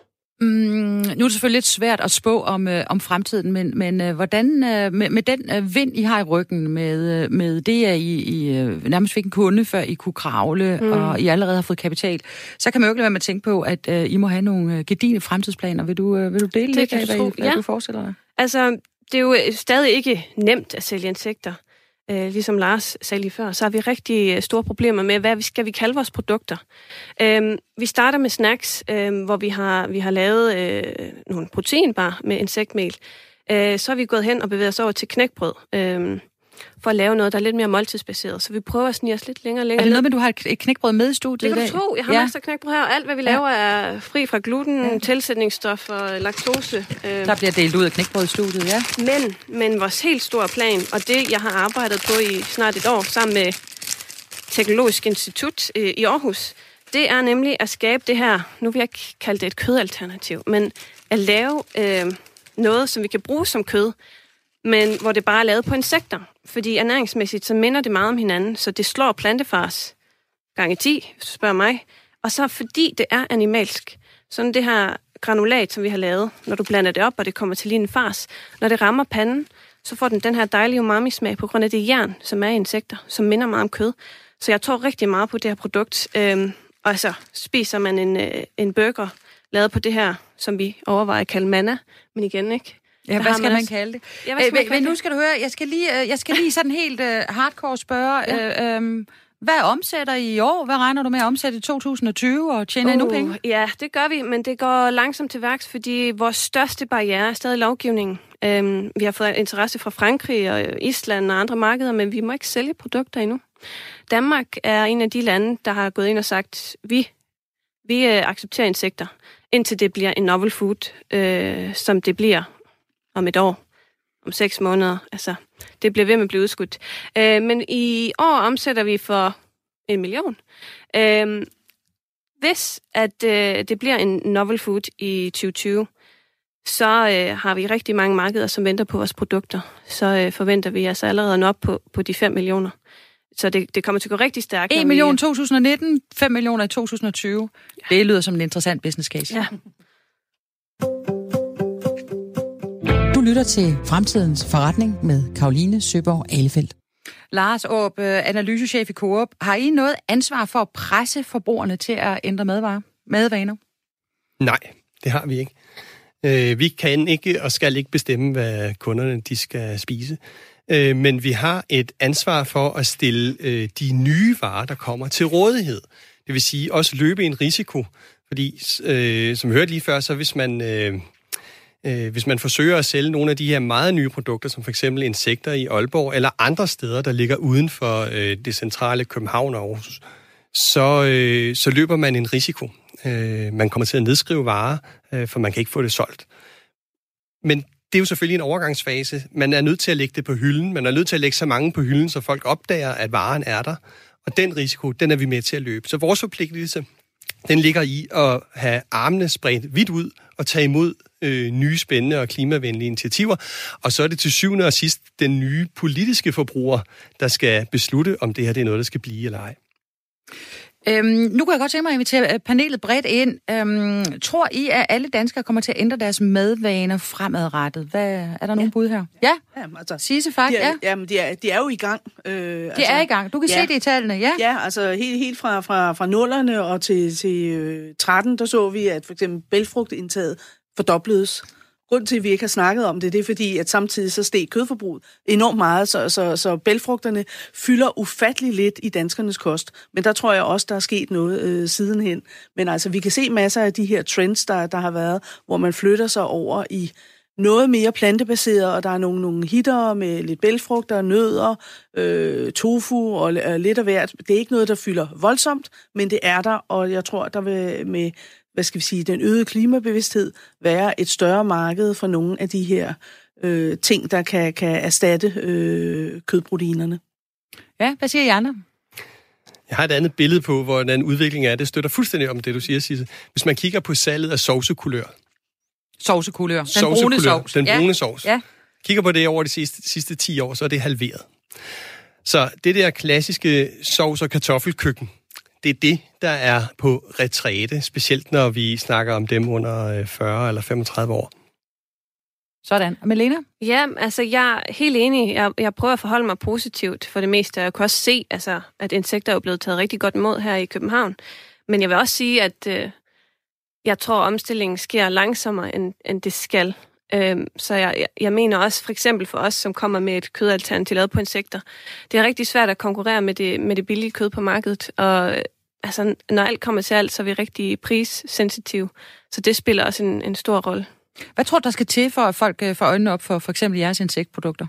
Nu er det selvfølgelig lidt svært at spå om fremtiden, men hvordan med den vind, I har i ryggen, med det, at I nærmest fik en kunde, før I kunne kravle, og I allerede har fået kapital, så kan man jo ikke lade være med at tænke på, at I må have nogle gedigne fremtidsplaner. Vil du dele lidt af, hvad du forestiller dig? Altså, det er jo stadig ikke nemt at sælge insekter. Ligesom Lars sagde lige før, så har vi rigtig store problemer med, hvad skal vi kalde vores produkter. Vi starter med snacks, hvor vi har lavet nogle proteinbar med insektmel. Så er vi gået hen og bevæget os over til knækbrød, for at lave noget, der er lidt mere måltidsbaseret. Så vi prøver at snige os lidt længere. Er det noget med, du har et knækbrød med i studiet? Det kan du tro. Jeg har masser af knækbrød her, og alt, hvad vi laver, er fri fra gluten, tilsætningsstof og laktose. Der bliver delt ud af knækbrød i studiet, ja. Men vores helt store plan, og det, jeg har arbejdet på i snart et år, sammen med Teknologisk Institut i Aarhus, det er nemlig at skabe det her, nu vil jeg ikke kalde det et kødalternativ, men at lave noget, som vi kan bruge som kød, men hvor det bare er lavet på insekter. Fordi ernæringsmæssigt, så minder det meget om hinanden, så det slår plantefars gange 10, hvis du spørger mig. Og så fordi det er animalsk, sådan det her granulat, som vi har lavet, når du blander det op, og det kommer til lige en fars, når det rammer panden, så får den her dejlige umami-smag på grund af det jern, som er i insekter, som minder meget om kød. Så jeg tror rigtig meget på det her produkt. og så spiser man en burger lavet på det her, som vi overvejer at kalde manna, men igen ikke. Ja, hvad skal man kalde det? Ja, men nu skal du høre, jeg skal lige sådan helt hardcore spørge, hvad omsætter I år? Hvad regner du med at omsætte i 2020, og tjener I nu penge? Ja, det gør vi, men det går langsomt til værks, fordi vores største barriere er stadig lovgivningen. Vi har fået interesse fra Frankrig og Island og andre markeder, men vi må ikke sælge produkter endnu. Danmark er en af de lande, der har gået ind og sagt, vi accepterer insekter, indtil det bliver en novel food, som det bliver om et år, om 6 måneder. Altså, det bliver ved med at blive udskudt. Men i år omsætter vi for 1 million. Hvis at det bliver en novel food i 2020, så har vi rigtig mange markeder, som venter på vores produkter. Så forventer vi altså allerede nå op på de 5 millioner. Så det kommer til at gå rigtig stærkt. 1 million i 2019, 5 millioner i 2020. Ja. Det lyder som en interessant business case. Ja. Du lytter til Fremtidens Forretning med Caroline Søborg Ahlefeldt. Lars Aarup, analysechef i Coop. Har I noget ansvar for at presse forbrugerne til at ændre madvaner? Nej, det har vi ikke. Vi kan ikke og skal ikke bestemme, hvad kunderne de skal spise. Men vi har et ansvar for at stille de nye varer, der kommer, til rådighed. Det vil sige også løbe en risiko. Fordi, som vi hørte lige før, så hvis man forsøger at sælge nogle af de her meget nye produkter, som for eksempel insekter i Aalborg, eller andre steder, der ligger uden for det centrale København og Aarhus, så løber man en risiko. Man kommer til at nedskrive varer, for man kan ikke få det solgt. Men det er jo selvfølgelig en overgangsfase. Man er nødt til at lægge det på hylden. Man er nødt til at lægge så mange på hylden, så folk opdager, at varen er der. Og den risiko, den er vi med til at løbe. Så vores forpligtelse, den ligger i at have armene spredt vidt ud og tage imod nye, spændende og klimavenlige initiativer. Og så er det til syvende og sidst den nye politiske forbruger, der skal beslutte, om det her det er noget, der skal blive eller ej. Nu kan jeg godt tænke mig at invitere panelet bredt ind. Tror I, at alle danskere kommer til at ændre deres madvaner fremadrettet? Er der nogen bud her? Ja? Altså, Sisse faktisk, ja. Jamen, de er jo i gang. De er i gang. Du kan se det i tallene, ja? Ja, altså helt fra nullerne og til 13, der så vi, at for eksempel bælgfrugtindtaget fordobledes. Grunden til, at vi ikke har snakket om det, det er fordi, at samtidig så steg kødforbruget enormt meget, så bælgfrugterne fylder ufattelig lidt i danskernes kost. Men der tror jeg også, der er sket noget sidenhen. Men altså, vi kan se masser af de her trends, der har været, hvor man flytter sig over i noget mere plantebaseret, og der er nogle hitter med lidt bælgfrugter, nødder, tofu og lidt af hvert. Det er ikke noget, der fylder voldsomt, men det er der, og jeg tror, der vil med den øgede klimabevidsthed være et større marked for nogle af de her ting, der kan erstatte kødproteinerne. Ja, hvad siger I andre? Jeg har et andet billede på, hvordan udviklingen er. Det støtter fuldstændig om det, du siger, Sisse. Hvis man kigger på salget af sovsekulør. Sovsekulør. Den brune sovs. Den brune sovs. Ja. Kigger på det over de sidste 10 år, så er det halveret. Så det der klassiske sovs- og kartoffelkøkken, det er det, der er på retræte, specielt når vi snakker om dem under 40 eller 35 år. Sådan. Og Malena? Ja, altså jeg er helt enig. Jeg prøver at forholde mig positivt for det meste. Jeg kan også se, altså, at insekter er blevet taget rigtig godt imod her i København. Men jeg vil også sige, at jeg tror, at omstillingen sker langsommere, end det skal. Så jeg mener også, for eksempel for os, som kommer med et kødalternativ lavet på insekter, det er rigtig svært at konkurrere med det billige kød på markedet. Og altså, når alt kommer til alt, så er vi rigtig prissensitive. Så det spiller også en stor rolle. Hvad tror du, der skal til, for at folk får øjnene op for eksempel jeres insektprodukter?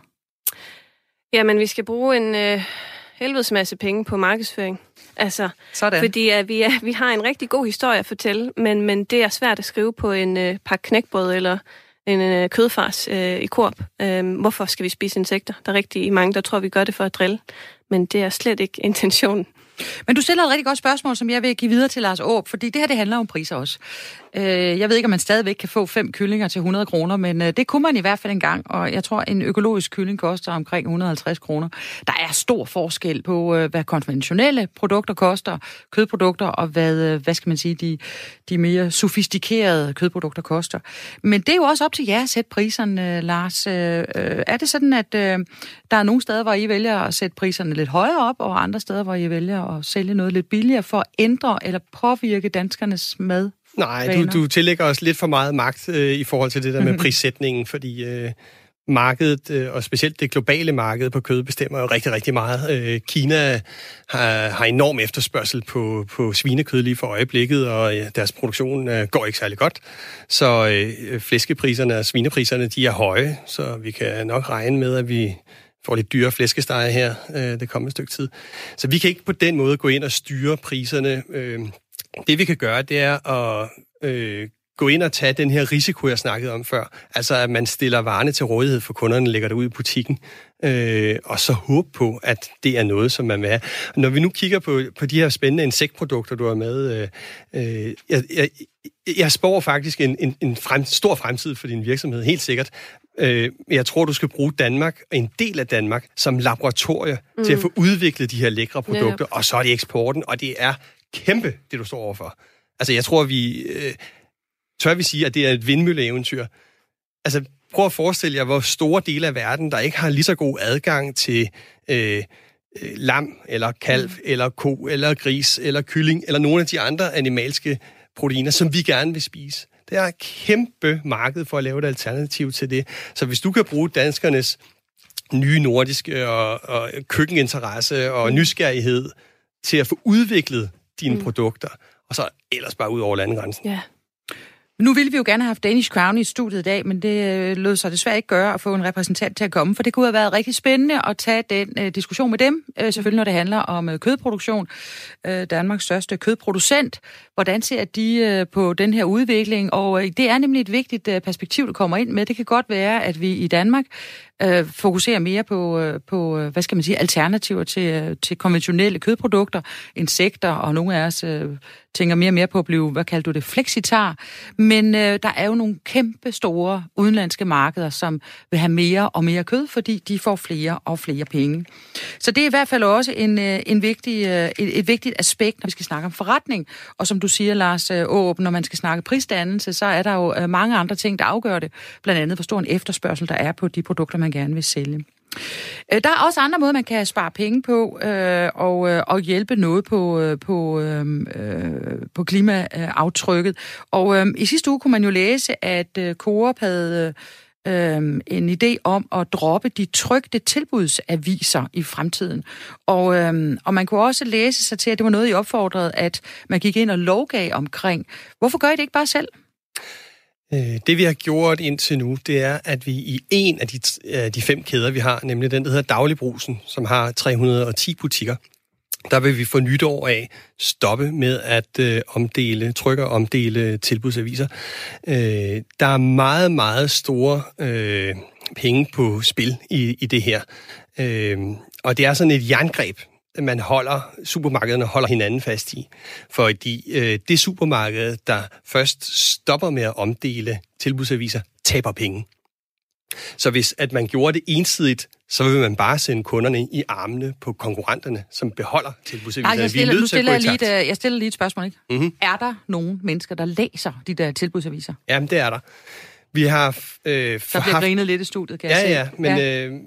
Jamen, vi skal bruge en helvedes masse penge på markedsføring. Altså, sådan. Fordi vi har en rigtig god historie at fortælle, men det er svært at skrive på en pakke knækbrød eller en kødfars i Coop. Hvorfor skal vi spise insekter? Der er rigtig mange, der tror, vi gør det for at drille, men det er slet ikke intentionen. Men du stiller et rigtig godt spørgsmål, som jeg vil give videre til Lars Aarup, fordi det her, det handler om priser også. Jeg ved ikke, om man stadigvæk kan få 5 kyllinger til 100 kroner, men det kunne man i hvert fald engang, og jeg tror, en økologisk kylling koster omkring 150 kroner. Der er stor forskel på, hvad konventionelle produkter koster, kødprodukter, og hvad skal man sige, de mere sofistikerede kødprodukter koster. Men det er jo også op til jer at sætte priserne, Lars. Er det sådan, at der er nogle steder, hvor I vælger at sætte priserne lidt højere op, og andre steder, hvor I vælger at sælge noget lidt billigere for at ændre eller påvirke danskernes mad? Nej, du tillægger os lidt for meget magt i forhold til det der med prissætningen, fordi markedet, og specielt det globale marked på kød, bestemmer jo rigtig, rigtig meget. Kina har enorm efterspørgsel på svinekød lige for øjeblikket, og deres produktion går ikke særlig godt. Så flæskepriserne og svinepriserne, de er høje, så vi kan nok regne med, at vi får lidt dyre flæskesteger her det kommende stykke tid. Så vi kan ikke på den måde gå ind og styre priserne. Det vi kan gøre, det er at gå ind og tage den her risiko, jeg snakkede om før. Altså, at man stiller varerne til rådighed for kunderne, lægger det ud i butikken, og så håbe på, at det er noget, som man vil have. Når vi nu kigger på de her spændende insektprodukter, du har med, jeg spår faktisk en stor fremtid for din virksomhed, helt sikkert. Jeg tror, du skal bruge Danmark, en del af Danmark, som laboratorie til at få udviklet de her lækre produkter, og så er det eksporten, og det er kæmpe, det du står overfor. Altså, jeg tror, tør vi sige, at det er et vindmølleeventyr. Altså, prøv at forestille jer, hvor store dele af verden, der ikke har lige så god adgang til lam, eller kalv, eller ko, eller gris, eller kylling, eller nogle af de andre animalske proteiner, som vi gerne vil spise. Det er et kæmpe marked for at lave et alternativ til det. Så hvis du kan bruge danskernes nye nordiske og køkkeninteresse og nysgerrighed til at få udviklet dine produkter, og så ellers bare ud over landegrænsen. Ja. Nu ville vi jo gerne have haft Danish Crown i studiet i dag, men det lød sig desværre ikke gøre at få en repræsentant til at komme, for det kunne have været rigtig spændende at tage den diskussion med dem, selvfølgelig når det handler om kødproduktion. Danmarks største kødproducent. Hvordan ser de på den her udvikling? Og det er nemlig et vigtigt perspektiv, der kommer ind med. Det kan godt være, at vi i Danmark fokuserer mere på hvad skal man sige, alternativer til konventionelle kødprodukter, insekter, og nogle af os tænker mere og mere på at blive, hvad kalder du det, flexitar. Men der er jo nogle kæmpe store udenlandske markeder, som vil have mere og mere kød, fordi de får flere og flere penge. Så det er i hvert fald også et vigtigt aspekt, når vi skal snakke om forretning. Og som du siger, Lars Aarup, når man skal snakke prisdannelse, så er der jo mange andre ting, der afgør det. Blandt andet, hvor stor en efterspørgsel der er på de produkter, man gerne vil sælge. Der er også andre måder, man kan spare penge på og hjælpe noget på klimaaftrykket. Og i sidste uge kunne man jo læse, at Coop havde en idé om at droppe de trykte tilbudsaviser i fremtiden. Og man kunne også læse sig til, at det var noget, I opfordrede, at man gik ind og lovgav omkring. Hvorfor gør I det ikke bare selv? Det, vi har gjort indtil nu, det er, at vi i en af de 5 kæder, vi har, nemlig den, der hedder Dagligbrugsen, som har 310 butikker, der vil vi for nytår af stoppe med at omdele tilbudsaviser. Der er meget, meget store penge på spil i det her. Og det er sådan et jerngreb, supermarkederne holder hinanden fast i. Fordi det supermarked, der først stopper med at omdele tilbudsaviser, taber penge. Så hvis at man gjorde det ensidigt, så vil man bare sende kunderne i armene på konkurrenterne, som beholder tilbudsaviser. Jeg stiller lige et spørgsmål, ikke? Mm-hmm. Er der nogen mennesker, der læser de der tilbudsaviser? Jamen, det er der. Vi har der bliver grinet lidt i studiet, kan jeg se. Ja, men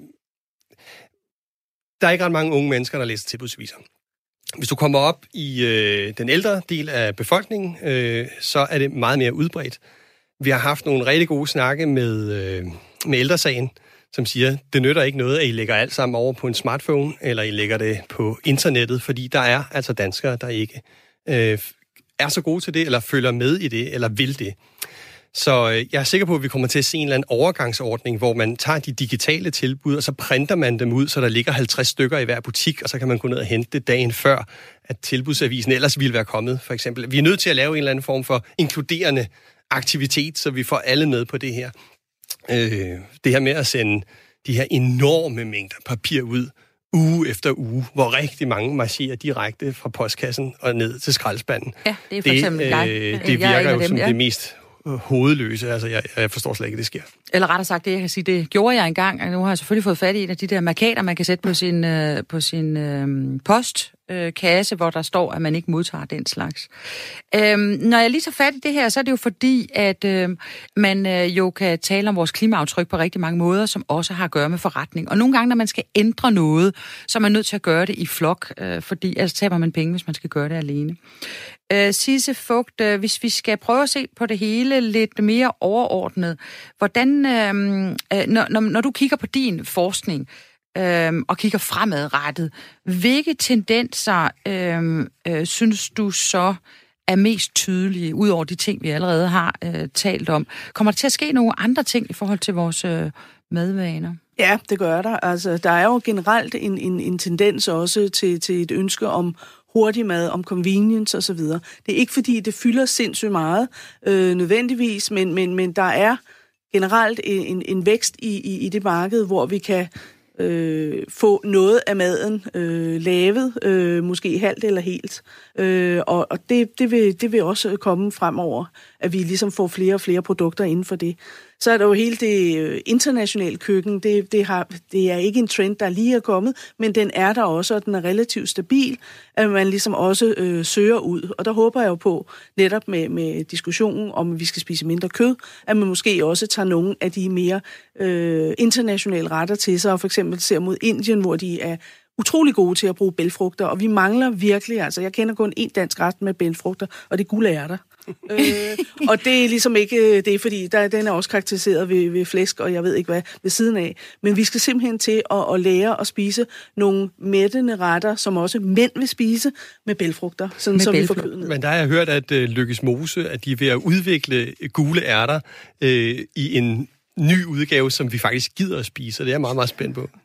der er ikke ret mange unge mennesker, der læser tilbudsaviser. Hvis du kommer op i den ældre del af befolkningen, så er det meget mere udbredt. Vi har haft nogle rigtig gode snakke med Ældresagen, som siger, det nytter ikke noget, at I lægger alt sammen over på en smartphone, eller I lægger det på internettet, fordi der er altså danskere, der ikke er så gode til det, eller følger med i det, eller vil det. Så jeg er sikker på, at vi kommer til at se en eller anden overgangsordning, hvor man tager de digitale tilbud, og så printer man dem ud, så der ligger 50 stykker i hver butik, og så kan man gå ned og hente det dagen før, at tilbudsavisen ellers ville være kommet, for eksempel. Vi er nødt til at lave en eller anden form for inkluderende aktivitet, så vi får alle med på det her. Det her med at sende de her enorme mængder papir ud, uge efter uge, hvor rigtig mange marcherer direkte fra postkassen og ned til skraldespanden. Ja, det er for eksempel det virker jo som det mest hovedløse. Altså, jeg forstår slet ikke, at det sker. Eller rettere sagt, det jeg kan sige, det gjorde jeg engang. Nu har jeg selvfølgelig fået fat i en af de der markader, man kan sætte på sin post. kasse, hvor der står, at man ikke modtager den slags. Når jeg lige tager fat i det her, så er det jo fordi, at man jo kan tale om vores klimaaftryk på rigtig mange måder, som også har at gøre med forretning. Og nogle gange, når man skal ændre noget, så er man nødt til at gøre det i flok, fordi ellers taber man penge, hvis man skal gøre det alene. Sisse Vogt, hvis vi skal prøve at se på det hele lidt mere overordnet, hvordan, når du kigger på din forskning, og kigger fremadrettet, hvilke tendenser synes du så er mest tydelige, ud over de ting, vi allerede har talt om? Kommer der til at ske nogle andre ting i forhold til vores madvaner? Ja, det gør der. Altså, der er jo generelt en tendens også til et ønske om hurtig mad, om convenience osv. Det er ikke fordi, det fylder sindssygt meget nødvendigvis, men der er generelt en vækst i det marked, hvor vi kan få noget af maden lavet, måske halvt eller helt. Og det vil også komme fremover, at vi ligesom får flere og flere produkter inden for det. Så er der jo hele det internationale køkken. Det er ikke en trend, der lige er kommet, men den er der også, og den er relativt stabil, at man ligesom også søger ud. Og der håber jeg jo på, netop med diskussionen om, at vi skal spise mindre kød, at man måske også tager nogle af de mere internationale retter til sig, og for eksempel ser mod Indien, hvor de er utrolig gode til at bruge bælgfrugter, og vi mangler virkelig, altså jeg kender kun én dansk ret med bælgfrugter, og det er gule ærter. Og det er ligesom ikke det, fordi den er også karakteriseret ved flæsk, og jeg ved ikke hvad, ved siden af. Men vi skal simpelthen til at lære at spise nogle mættende retter, som også mænd vil spise med bælgfrugter, sådan så vi får kød ned. Men der har jeg hørt, at Lykkes Mose, at de er ved at udvikle gule ærter i en ny udgave, som vi faktisk gider at spise, og det er jeg meget, meget spændt på.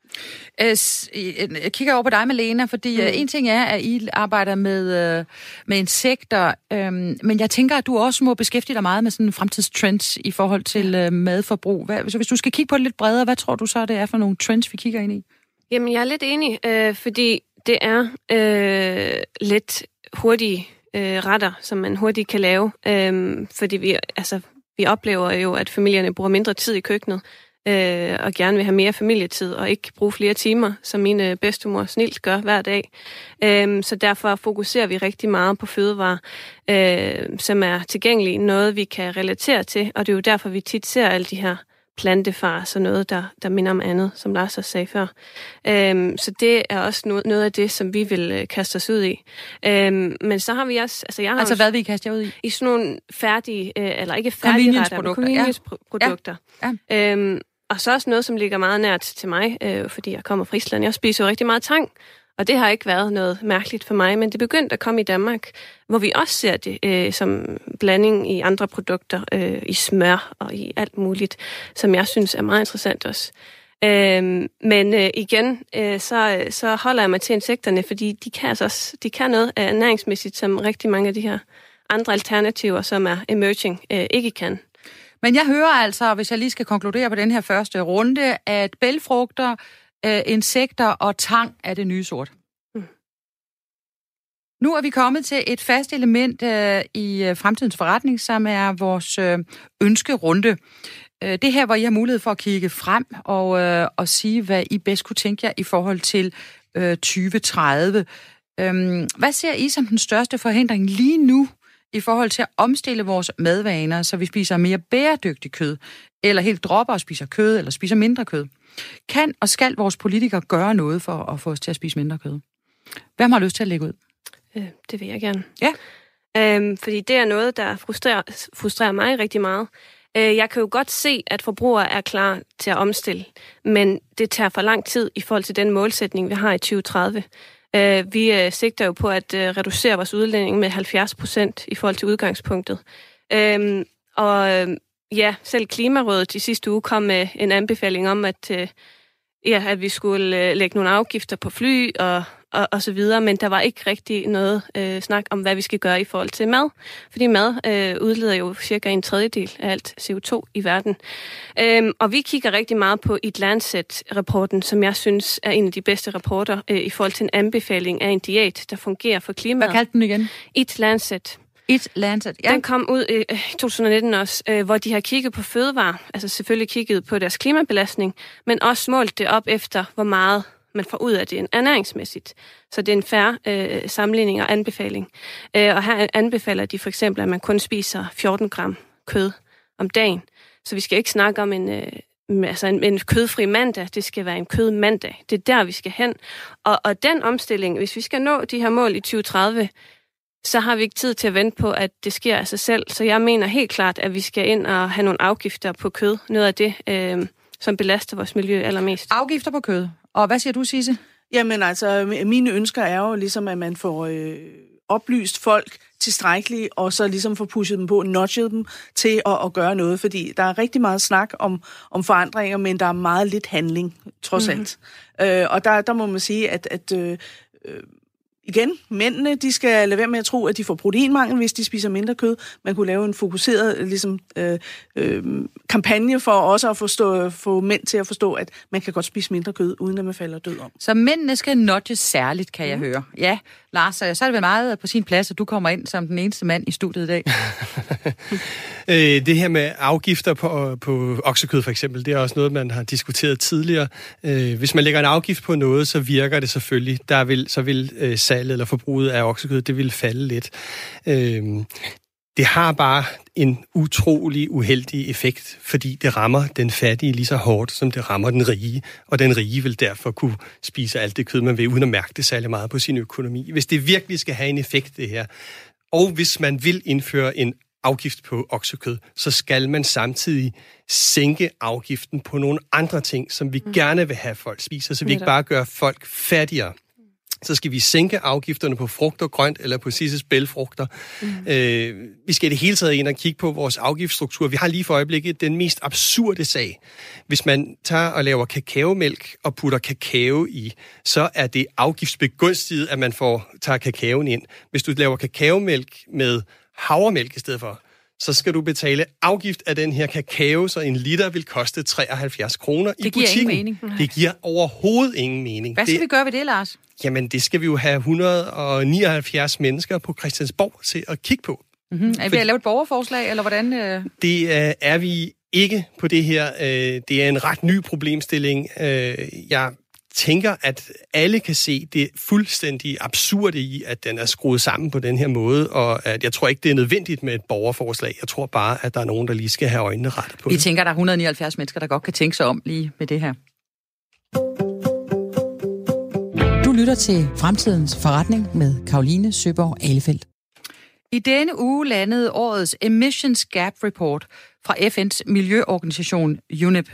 Jeg kigger over på dig, Malena, fordi en ting er, at I arbejder med insekter, men jeg tænker, at du også må beskæftige dig meget med sådan fremtidstrends i forhold til madforbrug. Så hvis du skal kigge på det lidt bredere, hvad tror du så, det er for nogle trends, vi kigger ind i? Jamen, jeg er lidt enig, fordi det er lidt hurtige retter, som man hurtigt kan lave, fordi vi oplever jo, at familierne bruger mindre tid i køkkenet, og gerne vil have mere familietid, og ikke bruge flere timer, som min bedstemor snilt gør hver dag. Så derfor fokuserer vi rigtig meget på fødevarer, som er tilgængelige, noget vi kan relatere til, og det er jo derfor, vi tit ser alle de her plantefar, så noget, der minder om andet, som Lars også sagde før. Så det er også noget af det, som vi vil kaste os ud i. Men så har vi også... Altså hvad vil I kaste jer ud i? I sådan nogle færdige, eller ikke færdige retter, men convenience-produkter. Ja. Og så også noget, som ligger meget nært til mig, fordi jeg kommer fra Island. Jeg spiser jo rigtig meget tang, og det har ikke været noget mærkeligt for mig, men det begyndte at komme i Danmark, hvor vi også ser det som blanding i andre produkter, i smør og i alt muligt, som jeg synes er meget interessant også. Men igen, så holder jeg mig til insekterne, fordi de kan noget ernæringsmæssigt, som rigtig mange af de her andre alternativer, som er emerging, ikke kan. Men jeg hører altså, hvis jeg lige skal konkludere på den her første runde, at bælgfrugter, insekter og tang er det nye sort. Nu er vi kommet til et fast element i Fremtidens Forretning, som er vores ønskerunde. Det her, hvor I har mulighed for at kigge frem og sige, hvad I bedst kunne tænke jer i forhold til 2030. Hvad ser I som den største forhindring lige nu i forhold til at omstille vores madvaner, så vi spiser mere bæredygtig kød, eller helt dropper og spiser kød, eller spiser mindre kød? Kan og skal vores politikere gøre noget for at få os til at spise mindre kød? Hvem har lyst til at lægge ud? Det vil jeg gerne. Ja. Fordi det er noget, der frustrerer mig rigtig meget. Jeg kan jo godt se, at forbrugere er klar til at omstille, men det tager for lang tid i forhold til den målsætning, vi har i 2030. Vi sigter jo på at reducere vores udledning med 70% i forhold til udgangspunktet. Selv Klimarådet i sidste uge kom med en anbefaling om, at vi skulle lægge nogle afgifter på fly og så videre, men der var ikke rigtig noget snak om, hvad vi skal gøre i forhold til mad. Fordi mad udleder jo cirka 1/3 af alt CO2 i verden. Og vi kigger rigtig meget på Eat Lancet-rapporten, som jeg synes er en af de bedste rapporter i forhold til en anbefaling af en diæt, der fungerer for klimaet. Hvad kaldte den igen? Eat Lancet. Eat Lancet, ja. Den kom ud i 2019 også, hvor de har kigget på fødevarer, altså selvfølgelig kigget på deres klimabelastning, men også målt det op efter, hvor meget man får ud af det ernæringsmæssigt. Så det er en fair sammenligning og anbefaling. Og her anbefaler de for eksempel, at man kun spiser 14 gram kød om dagen. Så vi skal ikke snakke om en kødfri mandag, det skal være en kødmandag. Det er der, vi skal hen. Og den omstilling, hvis vi skal nå de her mål i 2030, så har vi ikke tid til at vente på, at det sker af sig selv. Så jeg mener helt klart, at vi skal ind og have nogle afgifter på kød. Noget af det, som belaster vores miljø allermest. Afgifter på kød. Og hvad siger du, Sisse? Jamen altså, mine ønsker er jo ligesom, at man får oplyst folk tilstrækkeligt, og så ligesom får pushet dem på, nudget dem til at gøre noget, fordi der er rigtig meget snak om forandringer, men der er meget lidt handling, trods alt. Og der må man sige, at igen, mændene, de skal lade være med at tro, at de får proteinmangel, hvis de spiser mindre kød. Man kunne lave en fokuseret kampagne for også at få mænd til at forstå, at man kan godt spise mindre kød, uden at man falder død om. Så mændene skal nudges særligt, kan jeg høre. Ja, Lars, så er det vel meget på sin plads, at du kommer ind som den eneste mand i studiet i dag. Det her med afgifter på oksekød for eksempel, det er også noget, man har diskuteret tidligere. Hvis man lægger en afgift på noget, så virker det selvfølgelig. Så vil salget eller forbruget af oksekød, det vil falde lidt. Det har bare en utrolig uheldig effekt, fordi det rammer den fattige lige så hårdt, som det rammer den rige. Og den rige vil derfor kunne spise alt det kød, man vil, uden at mærke det særlig meget på sin økonomi. Hvis det virkelig skal have en effekt, det her, og hvis man vil indføre en afgift på oksekød, så skal man samtidig sænke afgiften på nogle andre ting, som vi gerne vil have folk spiser, så vi ikke bare gør folk fattigere. Så skal vi sænke afgifterne på frugt og grønt, eller på Sisses bælgfrugter. Vi skal i det hele taget ind og kigge på vores afgiftsstruktur. Vi har lige for øjeblikket den mest absurde sag. Hvis man tager og laver kakaomælk og putter kakao i, så er det afgiftsbegunstiget, at man tager kakaoen ind. Hvis du laver kakaomælk med havremælk i stedet for, så skal du betale afgift af den her kakao, så en liter vil koste 73 kroner i butikken. Det giver ingen mening. Det giver overhovedet ingen mening. Hvad skal vi gøre ved det, Lars? Jamen, det skal vi jo have 179 mennesker på Christiansborg til at kigge på. Er vi at lave et borgerforslag, eller hvordan? Det er vi ikke på det her. Det er en ret ny problemstilling. Jeg tænker, at alle kan se det fuldstændig absurde i, at den er skruet sammen på den her måde, og at jeg tror ikke, det er nødvendigt med et borgerforslag. Jeg tror bare, at der er nogen, der lige skal have øjnene rettet på det. I tænker, der er 179 mennesker, der godt kan tænke sig om lige med det her. Du lytter til Fremtidens Forretning med Caroline Søborg Ahlefeldt. I denne uge landede årets Emissions Gap Report fra FN's miljøorganisation UNEP.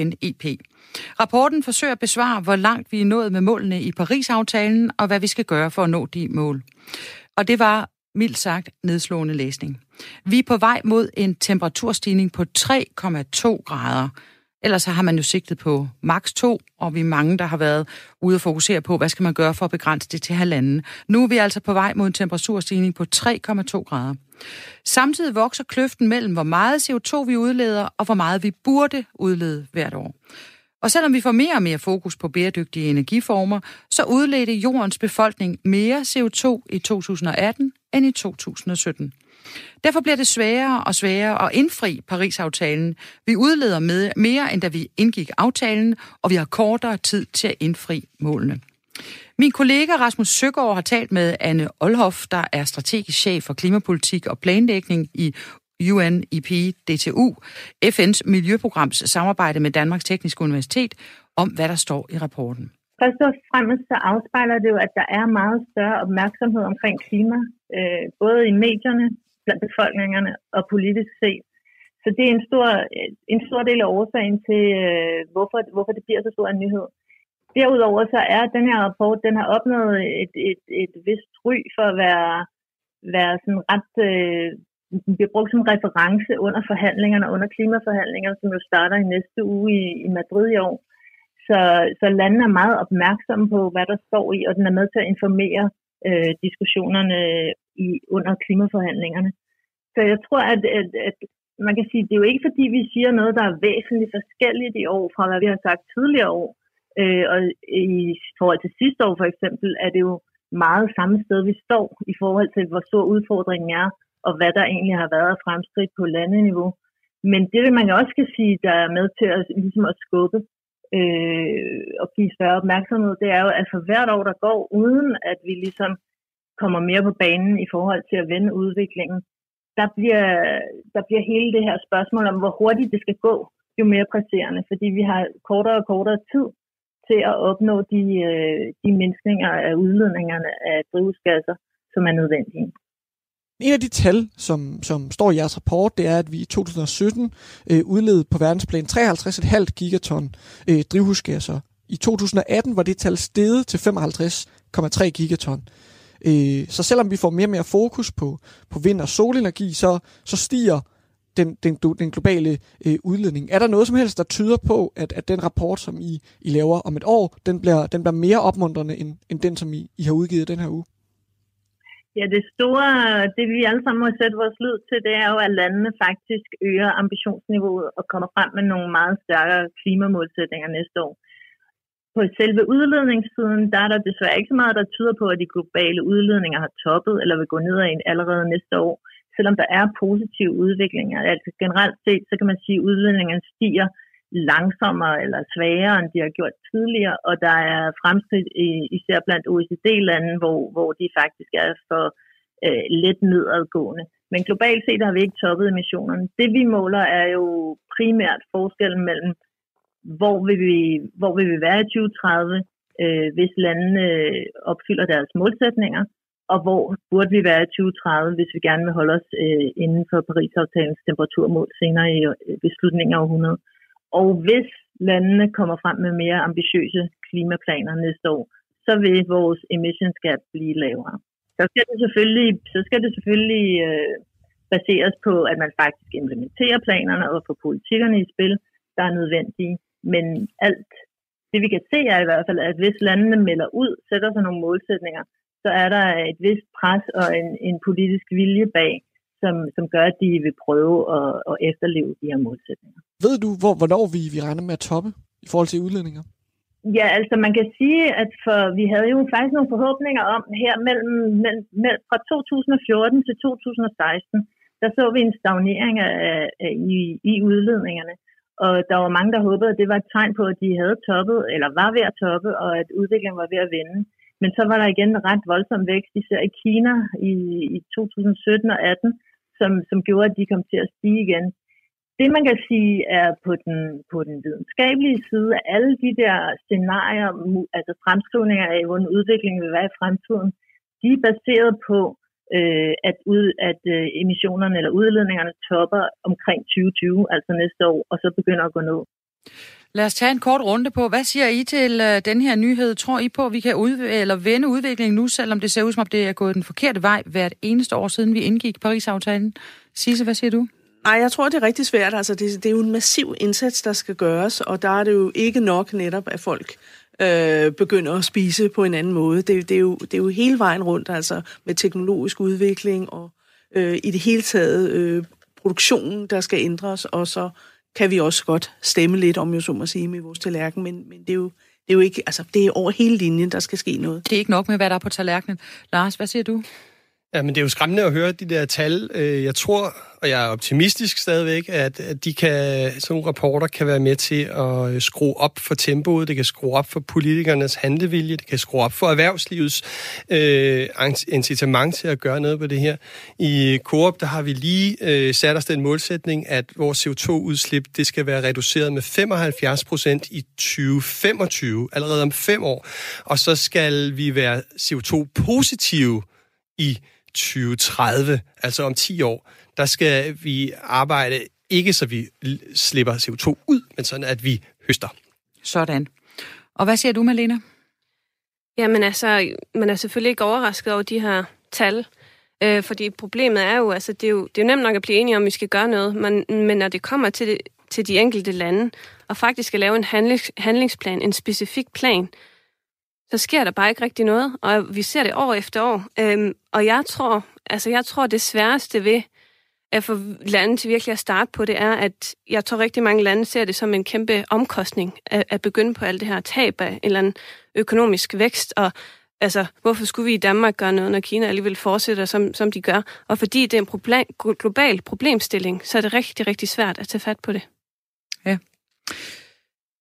Rapporten forsøger at besvare, hvor langt vi er nået med målene i Paris-aftalen, og hvad vi skal gøre for at nå de mål. Og det var mildt sagt nedslående læsning. Vi er på vej mod en temperaturstigning på 3,2 grader. Ellers har man jo sigtet på maks 2, og vi er mange, der har været ude og fokusere på, hvad skal man gøre for at begrænse det til 1,5. Nu er vi altså på vej mod en temperaturstigning på 3,2 grader. Samtidig vokser kløften mellem, hvor meget CO2 vi udleder, og hvor meget vi burde udlede hvert år. Og selvom vi får mere og mere fokus på bæredygtige energiformer, så udledte jordens befolkning mere CO2 i 2018 end i 2017. Derfor bliver det sværere og sværere at indfri Paris-aftalen. Vi udleder mere, end da vi indgik aftalen, og vi har kortere tid til at indfri målene. Min kollega Rasmus Søgaard har talt med Anne Olhoff, der er strategisk chef for klimapolitik og planlægning i UNEP DTU, FN's miljøprograms samarbejde med Danmarks Tekniske Universitet, om hvad der står i rapporten. Først og fremmest så afspejler det jo, at der er meget større opmærksomhed omkring klima, både i medierne, blandt befolkningerne og politisk set. Så det er en stor del af årsagen til, hvorfor det bliver så stor en nyhed. Derudover så er den her rapport, den har opnået et vist ry for at være sådan ret... Den bliver brugt som reference under forhandlingerne, under klimaforhandlingerne, som jo starter i næste uge i Madrid i år. Så landene er meget opmærksomme på, hvad der står i, og den er med til at informere diskussionerne under klimaforhandlingerne. Så jeg tror, at man kan sige, det er jo ikke fordi, vi siger noget, der er væsentligt forskelligt i år fra, hvad vi har sagt tidligere år. Og i forhold til sidste år for eksempel, er det jo meget samme sted, vi står i forhold til, hvor stor udfordringen er, og hvad der egentlig har været af fremskridt på landeniveau. Men det, man også kan sige, der er med til at, ligesom at skubbe og give større opmærksomhed, det er jo, at for hvert år, der går, uden at vi ligesom kommer mere på banen i forhold til at vende udviklingen, der bliver hele det her spørgsmål om, hvor hurtigt det skal gå, jo mere presserende, fordi vi har kortere og kortere tid til at opnå de mindskninger af udledningerne af drivhusgasser, som er nødvendige. En af de tal, som står i jeres rapport, det er, at vi i 2017 udledte på verdensplan 53,5 gigaton drivhusgasser. I 2018 var det tal steget til 55,3 gigaton. Så selvom vi får mere og mere fokus på vind- og solenergi, så stiger den globale udledning. Er der noget som helst, der tyder på, at den rapport, som I laver om et år, den bliver mere opmuntrende end den, som I har udgivet den her uge? Ja, det vi alle sammen må sætte vores lid til, det er jo, at landene faktisk øger ambitionsniveauet og kommer frem med nogle meget stærkere klimamålsætninger næste år. På selve udledningssiden, der er der desværre ikke så meget, der tyder på, at de globale udledninger har toppet eller vil gå nedad allerede næste år, selvom der er positive udviklinger. Altså generelt set, så kan man sige, at udledningerne stiger langsommere eller svagere, end de har gjort tidligere, og der er fremskridt især blandt OECD-lande, hvor de faktisk er for lidt nedadgående. Men globalt set har vi ikke toppet emissionerne. Det vi måler er jo primært forskellen mellem, hvor vil vi være i 2030, hvis landene opfylder deres målsætninger, og hvor burde vi være i 2030, hvis vi gerne vil holde os inden for Paris-aftalens temperaturmål senere ved slutningen af århundredet. Og hvis landene kommer frem med mere ambitiøse klimaplaner næste år, så vil vores emissions gap blive lavere. Så skal det selvfølgelig baseres på, at man faktisk implementerer planerne og får politikerne i spil, der er nødvendige. Men alt det vi kan se er i hvert fald, at hvis landene melder ud, sætter sig nogle målsætninger, så er der et vist pres og en politisk vilje bag, som gør, at de vil prøve at efterleve de her målsætninger. Ved du, hvornår vi regner med at toppe i forhold til udledninger? Ja, altså man kan sige, at vi havde jo faktisk nogle forhåbninger om her fra 2014 til 2016, der så vi en stagnering i udledningerne. Og der var mange, der håbede, at det var et tegn på, at de havde toppet, eller var ved at toppe, og at udviklingen var ved at vende. Men så var der igen en ret voldsom vækst, især i Kina i 2017 og 2018, som gjorde, at de kom til at stige igen. Det man kan sige er på den videnskabelige side, at alle de der scenarier, altså fremskrivninger af, hvordan udviklingen vil være i fremtiden, de er baseret på, at emissionerne eller udledningerne topper omkring 2020, altså næste år, og så begynder at gå ned. Lad os tage en kort runde på. Hvad siger I til den her nyhed? Tror I på, at vi kan vende udviklingen nu, selvom det ser ud som om det er gået den forkerte vej hvert eneste år, siden vi indgik Paris-aftalen? Sisse, hvad siger du? Nej, jeg tror, det er rigtig svært. Altså, det er jo en massiv indsats, der skal gøres, og der er det jo ikke nok netop, at folk begynder at spise på en anden måde. Det er jo hele vejen rundt, altså med teknologisk udvikling og i det hele taget produktionen, der skal ændres, og så kan vi også godt stemme lidt om, jo så må sige, med vores tallerken, men det er jo ikke, altså det er over hele linjen, der skal ske noget. Det er ikke nok med, hvad der er på tallerkenen. Lars, hvad siger du? Ja, men det er jo skræmmende at høre de der tal. Jeg tror, og jeg er optimistisk stadigvæk, at sådan nogle rapporter kan være med til at skrue op for tempoet, det kan skrue op for politikernes handlevilje, det kan skrue op for erhvervslivets incitament til at gøre noget på det her. I Coop, der har vi lige sat os den målsætning, at vores CO2-udslip, det skal være reduceret med 75% i 2025, allerede om 5 år. Og så skal vi være CO2-positive i 2030, altså om 10 år, der skal vi arbejde ikke så vi slipper CO2 ud, men sådan at vi høster. Sådan. Og hvad siger du, Malene? Jamen altså, man er selvfølgelig ikke overrasket over de her tal, fordi problemet er jo, altså det er jo nemt nok at blive enige om, at vi skal gøre noget, men når det kommer til de enkelte lande, og faktisk skal lave en handlingsplan, en specifik plan, så sker der bare ikke rigtig noget, og vi ser det år efter år. Og jeg tror det sværeste ved at få lande til virkelig at starte på det, er, at jeg tror rigtig mange lande ser det som en kæmpe omkostning at begynde på alt det her tab af en eller anden økonomisk vækst, og altså, hvorfor skulle vi i Danmark gøre noget, når Kina alligevel fortsætter, som de gør? Og fordi det er en global problemstilling, så er det rigtig, rigtig svært at tage fat på det. Ja.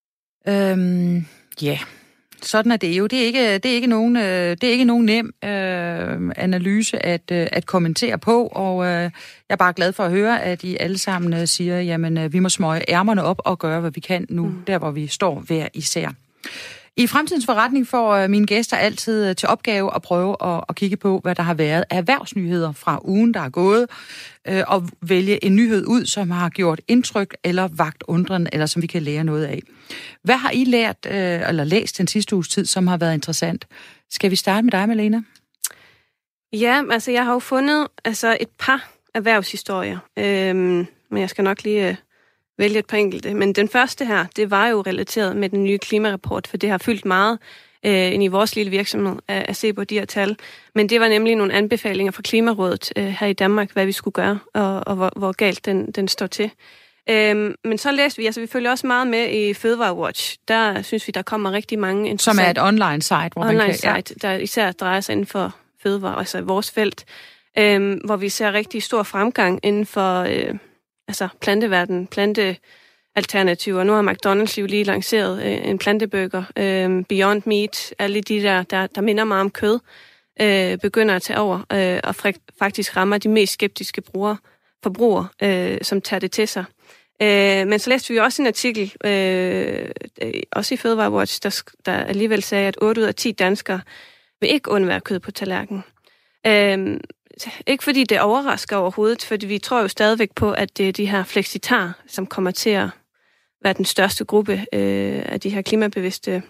Ja, sådan er det jo. Det er ikke nogen nem analyse at kommentere på, og jeg er bare glad for at høre, at I alle sammen siger, jamen vi må smøge ærmerne op og gøre, hvad vi kan nu, der hvor vi står hver især. I Fremtidens Forretning får mine gæster altid til opgave at prøve at kigge på, hvad der har været af erhvervsnyheder fra ugen, der er gået, og vælge en nyhed ud, som har gjort indtryk eller vakt undren, eller som vi kan lære noget af. Hvad har I lært eller læst den sidste uges tid, som har været interessant? Skal vi starte med dig, Malene? Ja, altså jeg har jo fundet et par erhvervshistorier, men jeg skal nok lige vælge et par enkelte. Men den første her, det var jo relateret med den nye klimarapport, for det har fyldt meget ind i vores lille virksomhed at se på de her tal. Men det var nemlig nogle anbefalinger fra Klimarådet her i Danmark, hvad vi skulle gøre, og hvor galt den står til. Men så læste vi, vi følger også meget med i FødevareWatch. Der synes vi, der kommer rigtig mange interessante... Som er et online-site, hvor man kan... Online-site, der især drejer sig inden for fødevare, altså vores felt, hvor vi ser rigtig stor fremgang inden for... planteverden, plantealternativer. Nu har McDonald's jo lige lanceret en planteburger. Beyond Meat, alle de der minder meget om kød, begynder at tage over og faktisk rammer de mest skeptiske forbrugere, som tager det til sig. Men så læste vi også en artikel, også i FødevareWatch, der alligevel sagde, at 8 ud af 10 danskere vil ikke undvære kød på tallerkenen. Ikke fordi det overrasker overhovedet, fordi vi tror jo stadigvæk på, at det er de her flexitar, som kommer til at være den største gruppe af de her klimabevidste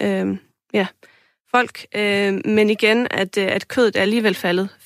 folk. Men igen, at kødet er alligevel faldet 5%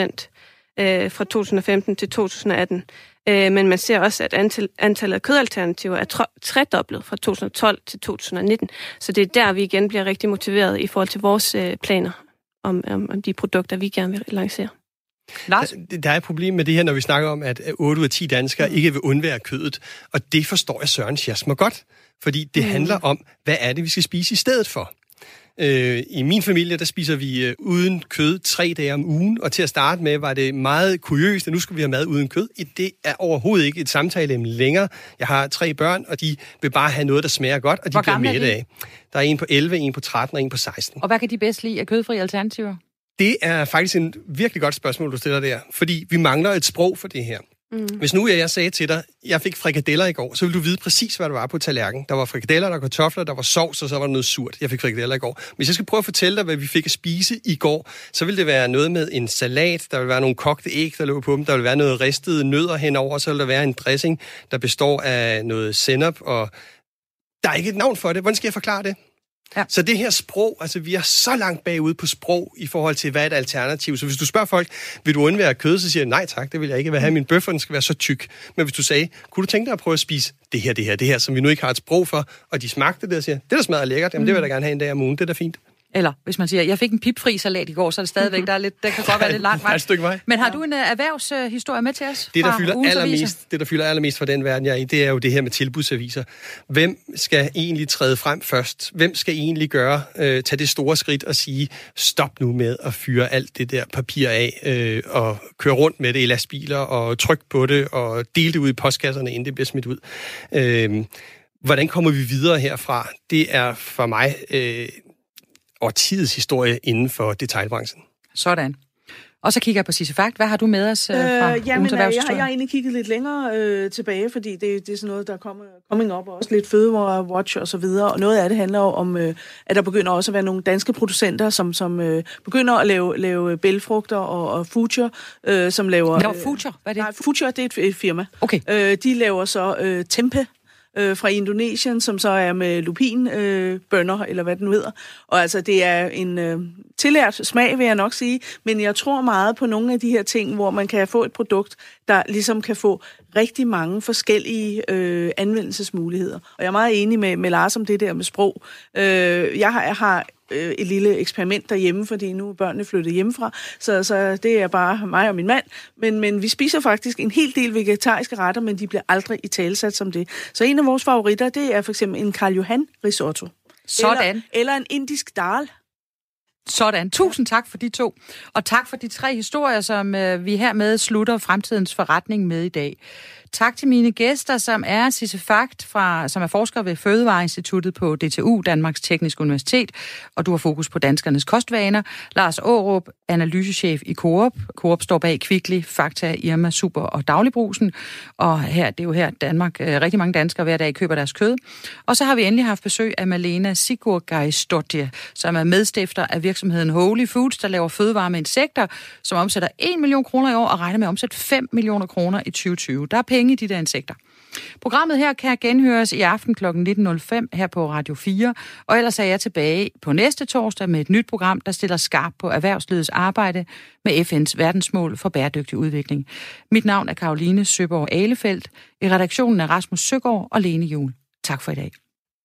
fra 2015 til 2018. Men man ser også, at antallet af kødalternativer er tredoblet fra 2012 til 2019. Så det er der, vi igen bliver rigtig motiveret i forhold til vores planer om de produkter, vi gerne vil lancere. Lars? Der er et problem med det her, når vi snakker om, at 8 ud af 10 danskere ikke vil undvære kødet. Og det forstår jeg Søren Schaasmer godt. Fordi det handler om, hvad er det, vi skal spise i stedet for. I min familie, der spiser vi uden kød 3 dage om ugen. Og til at starte med, var det meget kuriøst, at nu skulle vi have mad uden kød. Det er overhovedet ikke et samtaleemne længere. Jeg har 3 børn, og de vil bare have noget, der smager godt, og de bliver mætte af. Der er en på 11, en på 13 og en på 16. Og hvad kan de bedst lide af kødfri alternativer? Det er faktisk en virkelig godt spørgsmål, du stiller der. Fordi vi mangler et sprog for det her. Hvis nu jeg sagde til dig, jeg fik frikadeller i går, så vil du vide præcis, hvad der var på tallerkenen. Der var frikadeller, der var kartofler, der var sovs, og så var der noget surt. Jeg fik frikadeller i går. Hvis jeg skal prøve at fortælle dig, hvad vi fik at spise i går, så vil det være noget med en salat, der vil være nogle kogte æg, der lå på dem, der vil være noget ristede nødder henover, så vil der være en dressing, der består af noget sennep, og der er ikke et navn for det. Hvordan skal jeg forklare det? Ja. Så det her sprog, altså vi er så langt bagud på sprog i forhold til, hvad er et alternativ. Så hvis du spørger folk, vil du undvære kød, så siger jeg, nej tak, det vil jeg ikke. Jeg vil have min bøf, den skal være så tyk. Men hvis du sagde, kunne du tænke dig at prøve at spise det her, som vi nu ikke har et sprog for, og de smagte det og siger, det der smager lækkert, jamen det vil jeg da gerne have en dag om ugen, det er da fint. Eller hvis man siger, jeg fik en pipfri salat i går, så er det stadigvæk, det kan godt være lidt langt vej. Et stykke vej. Men har du en erhvervshistorie med til os? Det, der fylder allermest for den verden, jeg er i, det er jo det her med tilbudsaviser. Hvem skal egentlig træde frem først? Hvem skal egentlig tage det store skridt og sige, stop nu med at fyre alt det der papir af, og køre rundt med det i lastbiler, og trykke på det, og dele det ud i postkasserne, inden det bliver smidt ud. Hvordan kommer vi videre herfra? Det er for mig... årtidets historie inden for detailbranchen. Sådan. Og så kigger jeg på Sisse Fagt. Hvad har du med os fra ugens erhvervshistorie? Jeg har egentlig kigget lidt længere tilbage, fordi det er sådan noget, der kommer coming up, og også lidt FødevareWatch og så videre. Og noget af det handler jo om, at der begynder også at være nogle danske producenter, som begynder at lave bælgfrugter og Future, som laver... Future? Hvad er det? Nej, Future, det er et firma. Okay. De laver så Tempe, fra Indonesien, som så er med lupinbønner, eller hvad den hedder. Og altså, det er en tillært smag, vil jeg nok sige, men jeg tror meget på nogle af de her ting, hvor man kan få et produkt, der ligesom kan få rigtig mange forskellige anvendelsesmuligheder. Og jeg er meget enig med Lars om det der med sprog. Jeg har et lille eksperiment derhjemme, fordi nu er børnene flyttet hjemmefra, så det er bare mig og min mand. Men vi spiser faktisk en hel del vegetariske retter, men de bliver aldrig italesat som det. Så en af vores favoritter, det er for eksempel en Karl Johan risotto. Sådan. Eller en indisk dal. Sådan. Tusind tak for de to. Og tak for de 3 historier, som vi hermed slutter Fremtidens Forretning med i dag. Tak til mine gæster, som er Sisse Fagt, som er forsker ved Fødevareinstituttet på DTU, Danmarks Tekniske Universitet, og du har fokus på danskernes kostvaner. Lars Aarup, analysechef i Coop. Coop står bag Kvickly, Fakta, Irma, Super og Dagligbrusen. Og det er jo her Danmark, rigtig mange danskere hver dag køber deres kød. Og så har vi endelig haft besøg af Malena Sigurgeirsdottir, som er medstifter af virksomheden Holy Foods, der laver fødevarer med insekter, som omsætter 1 million kroner i år og regner med at omsætte 5 millioner kroner i 2020. Der er penge i de der insekter. Programmet her kan genhøres i aften kl. 19.05 her på Radio 4, og ellers er jeg tilbage på næste torsdag med et nyt program, der stiller skarpt på erhvervslivets arbejde med FN's verdensmål for bæredygtig udvikling. Mit navn er Caroline Søborg Ahlefeldt. I redaktionen er Rasmus Søgaard og Lene Juhl. Tak for i dag.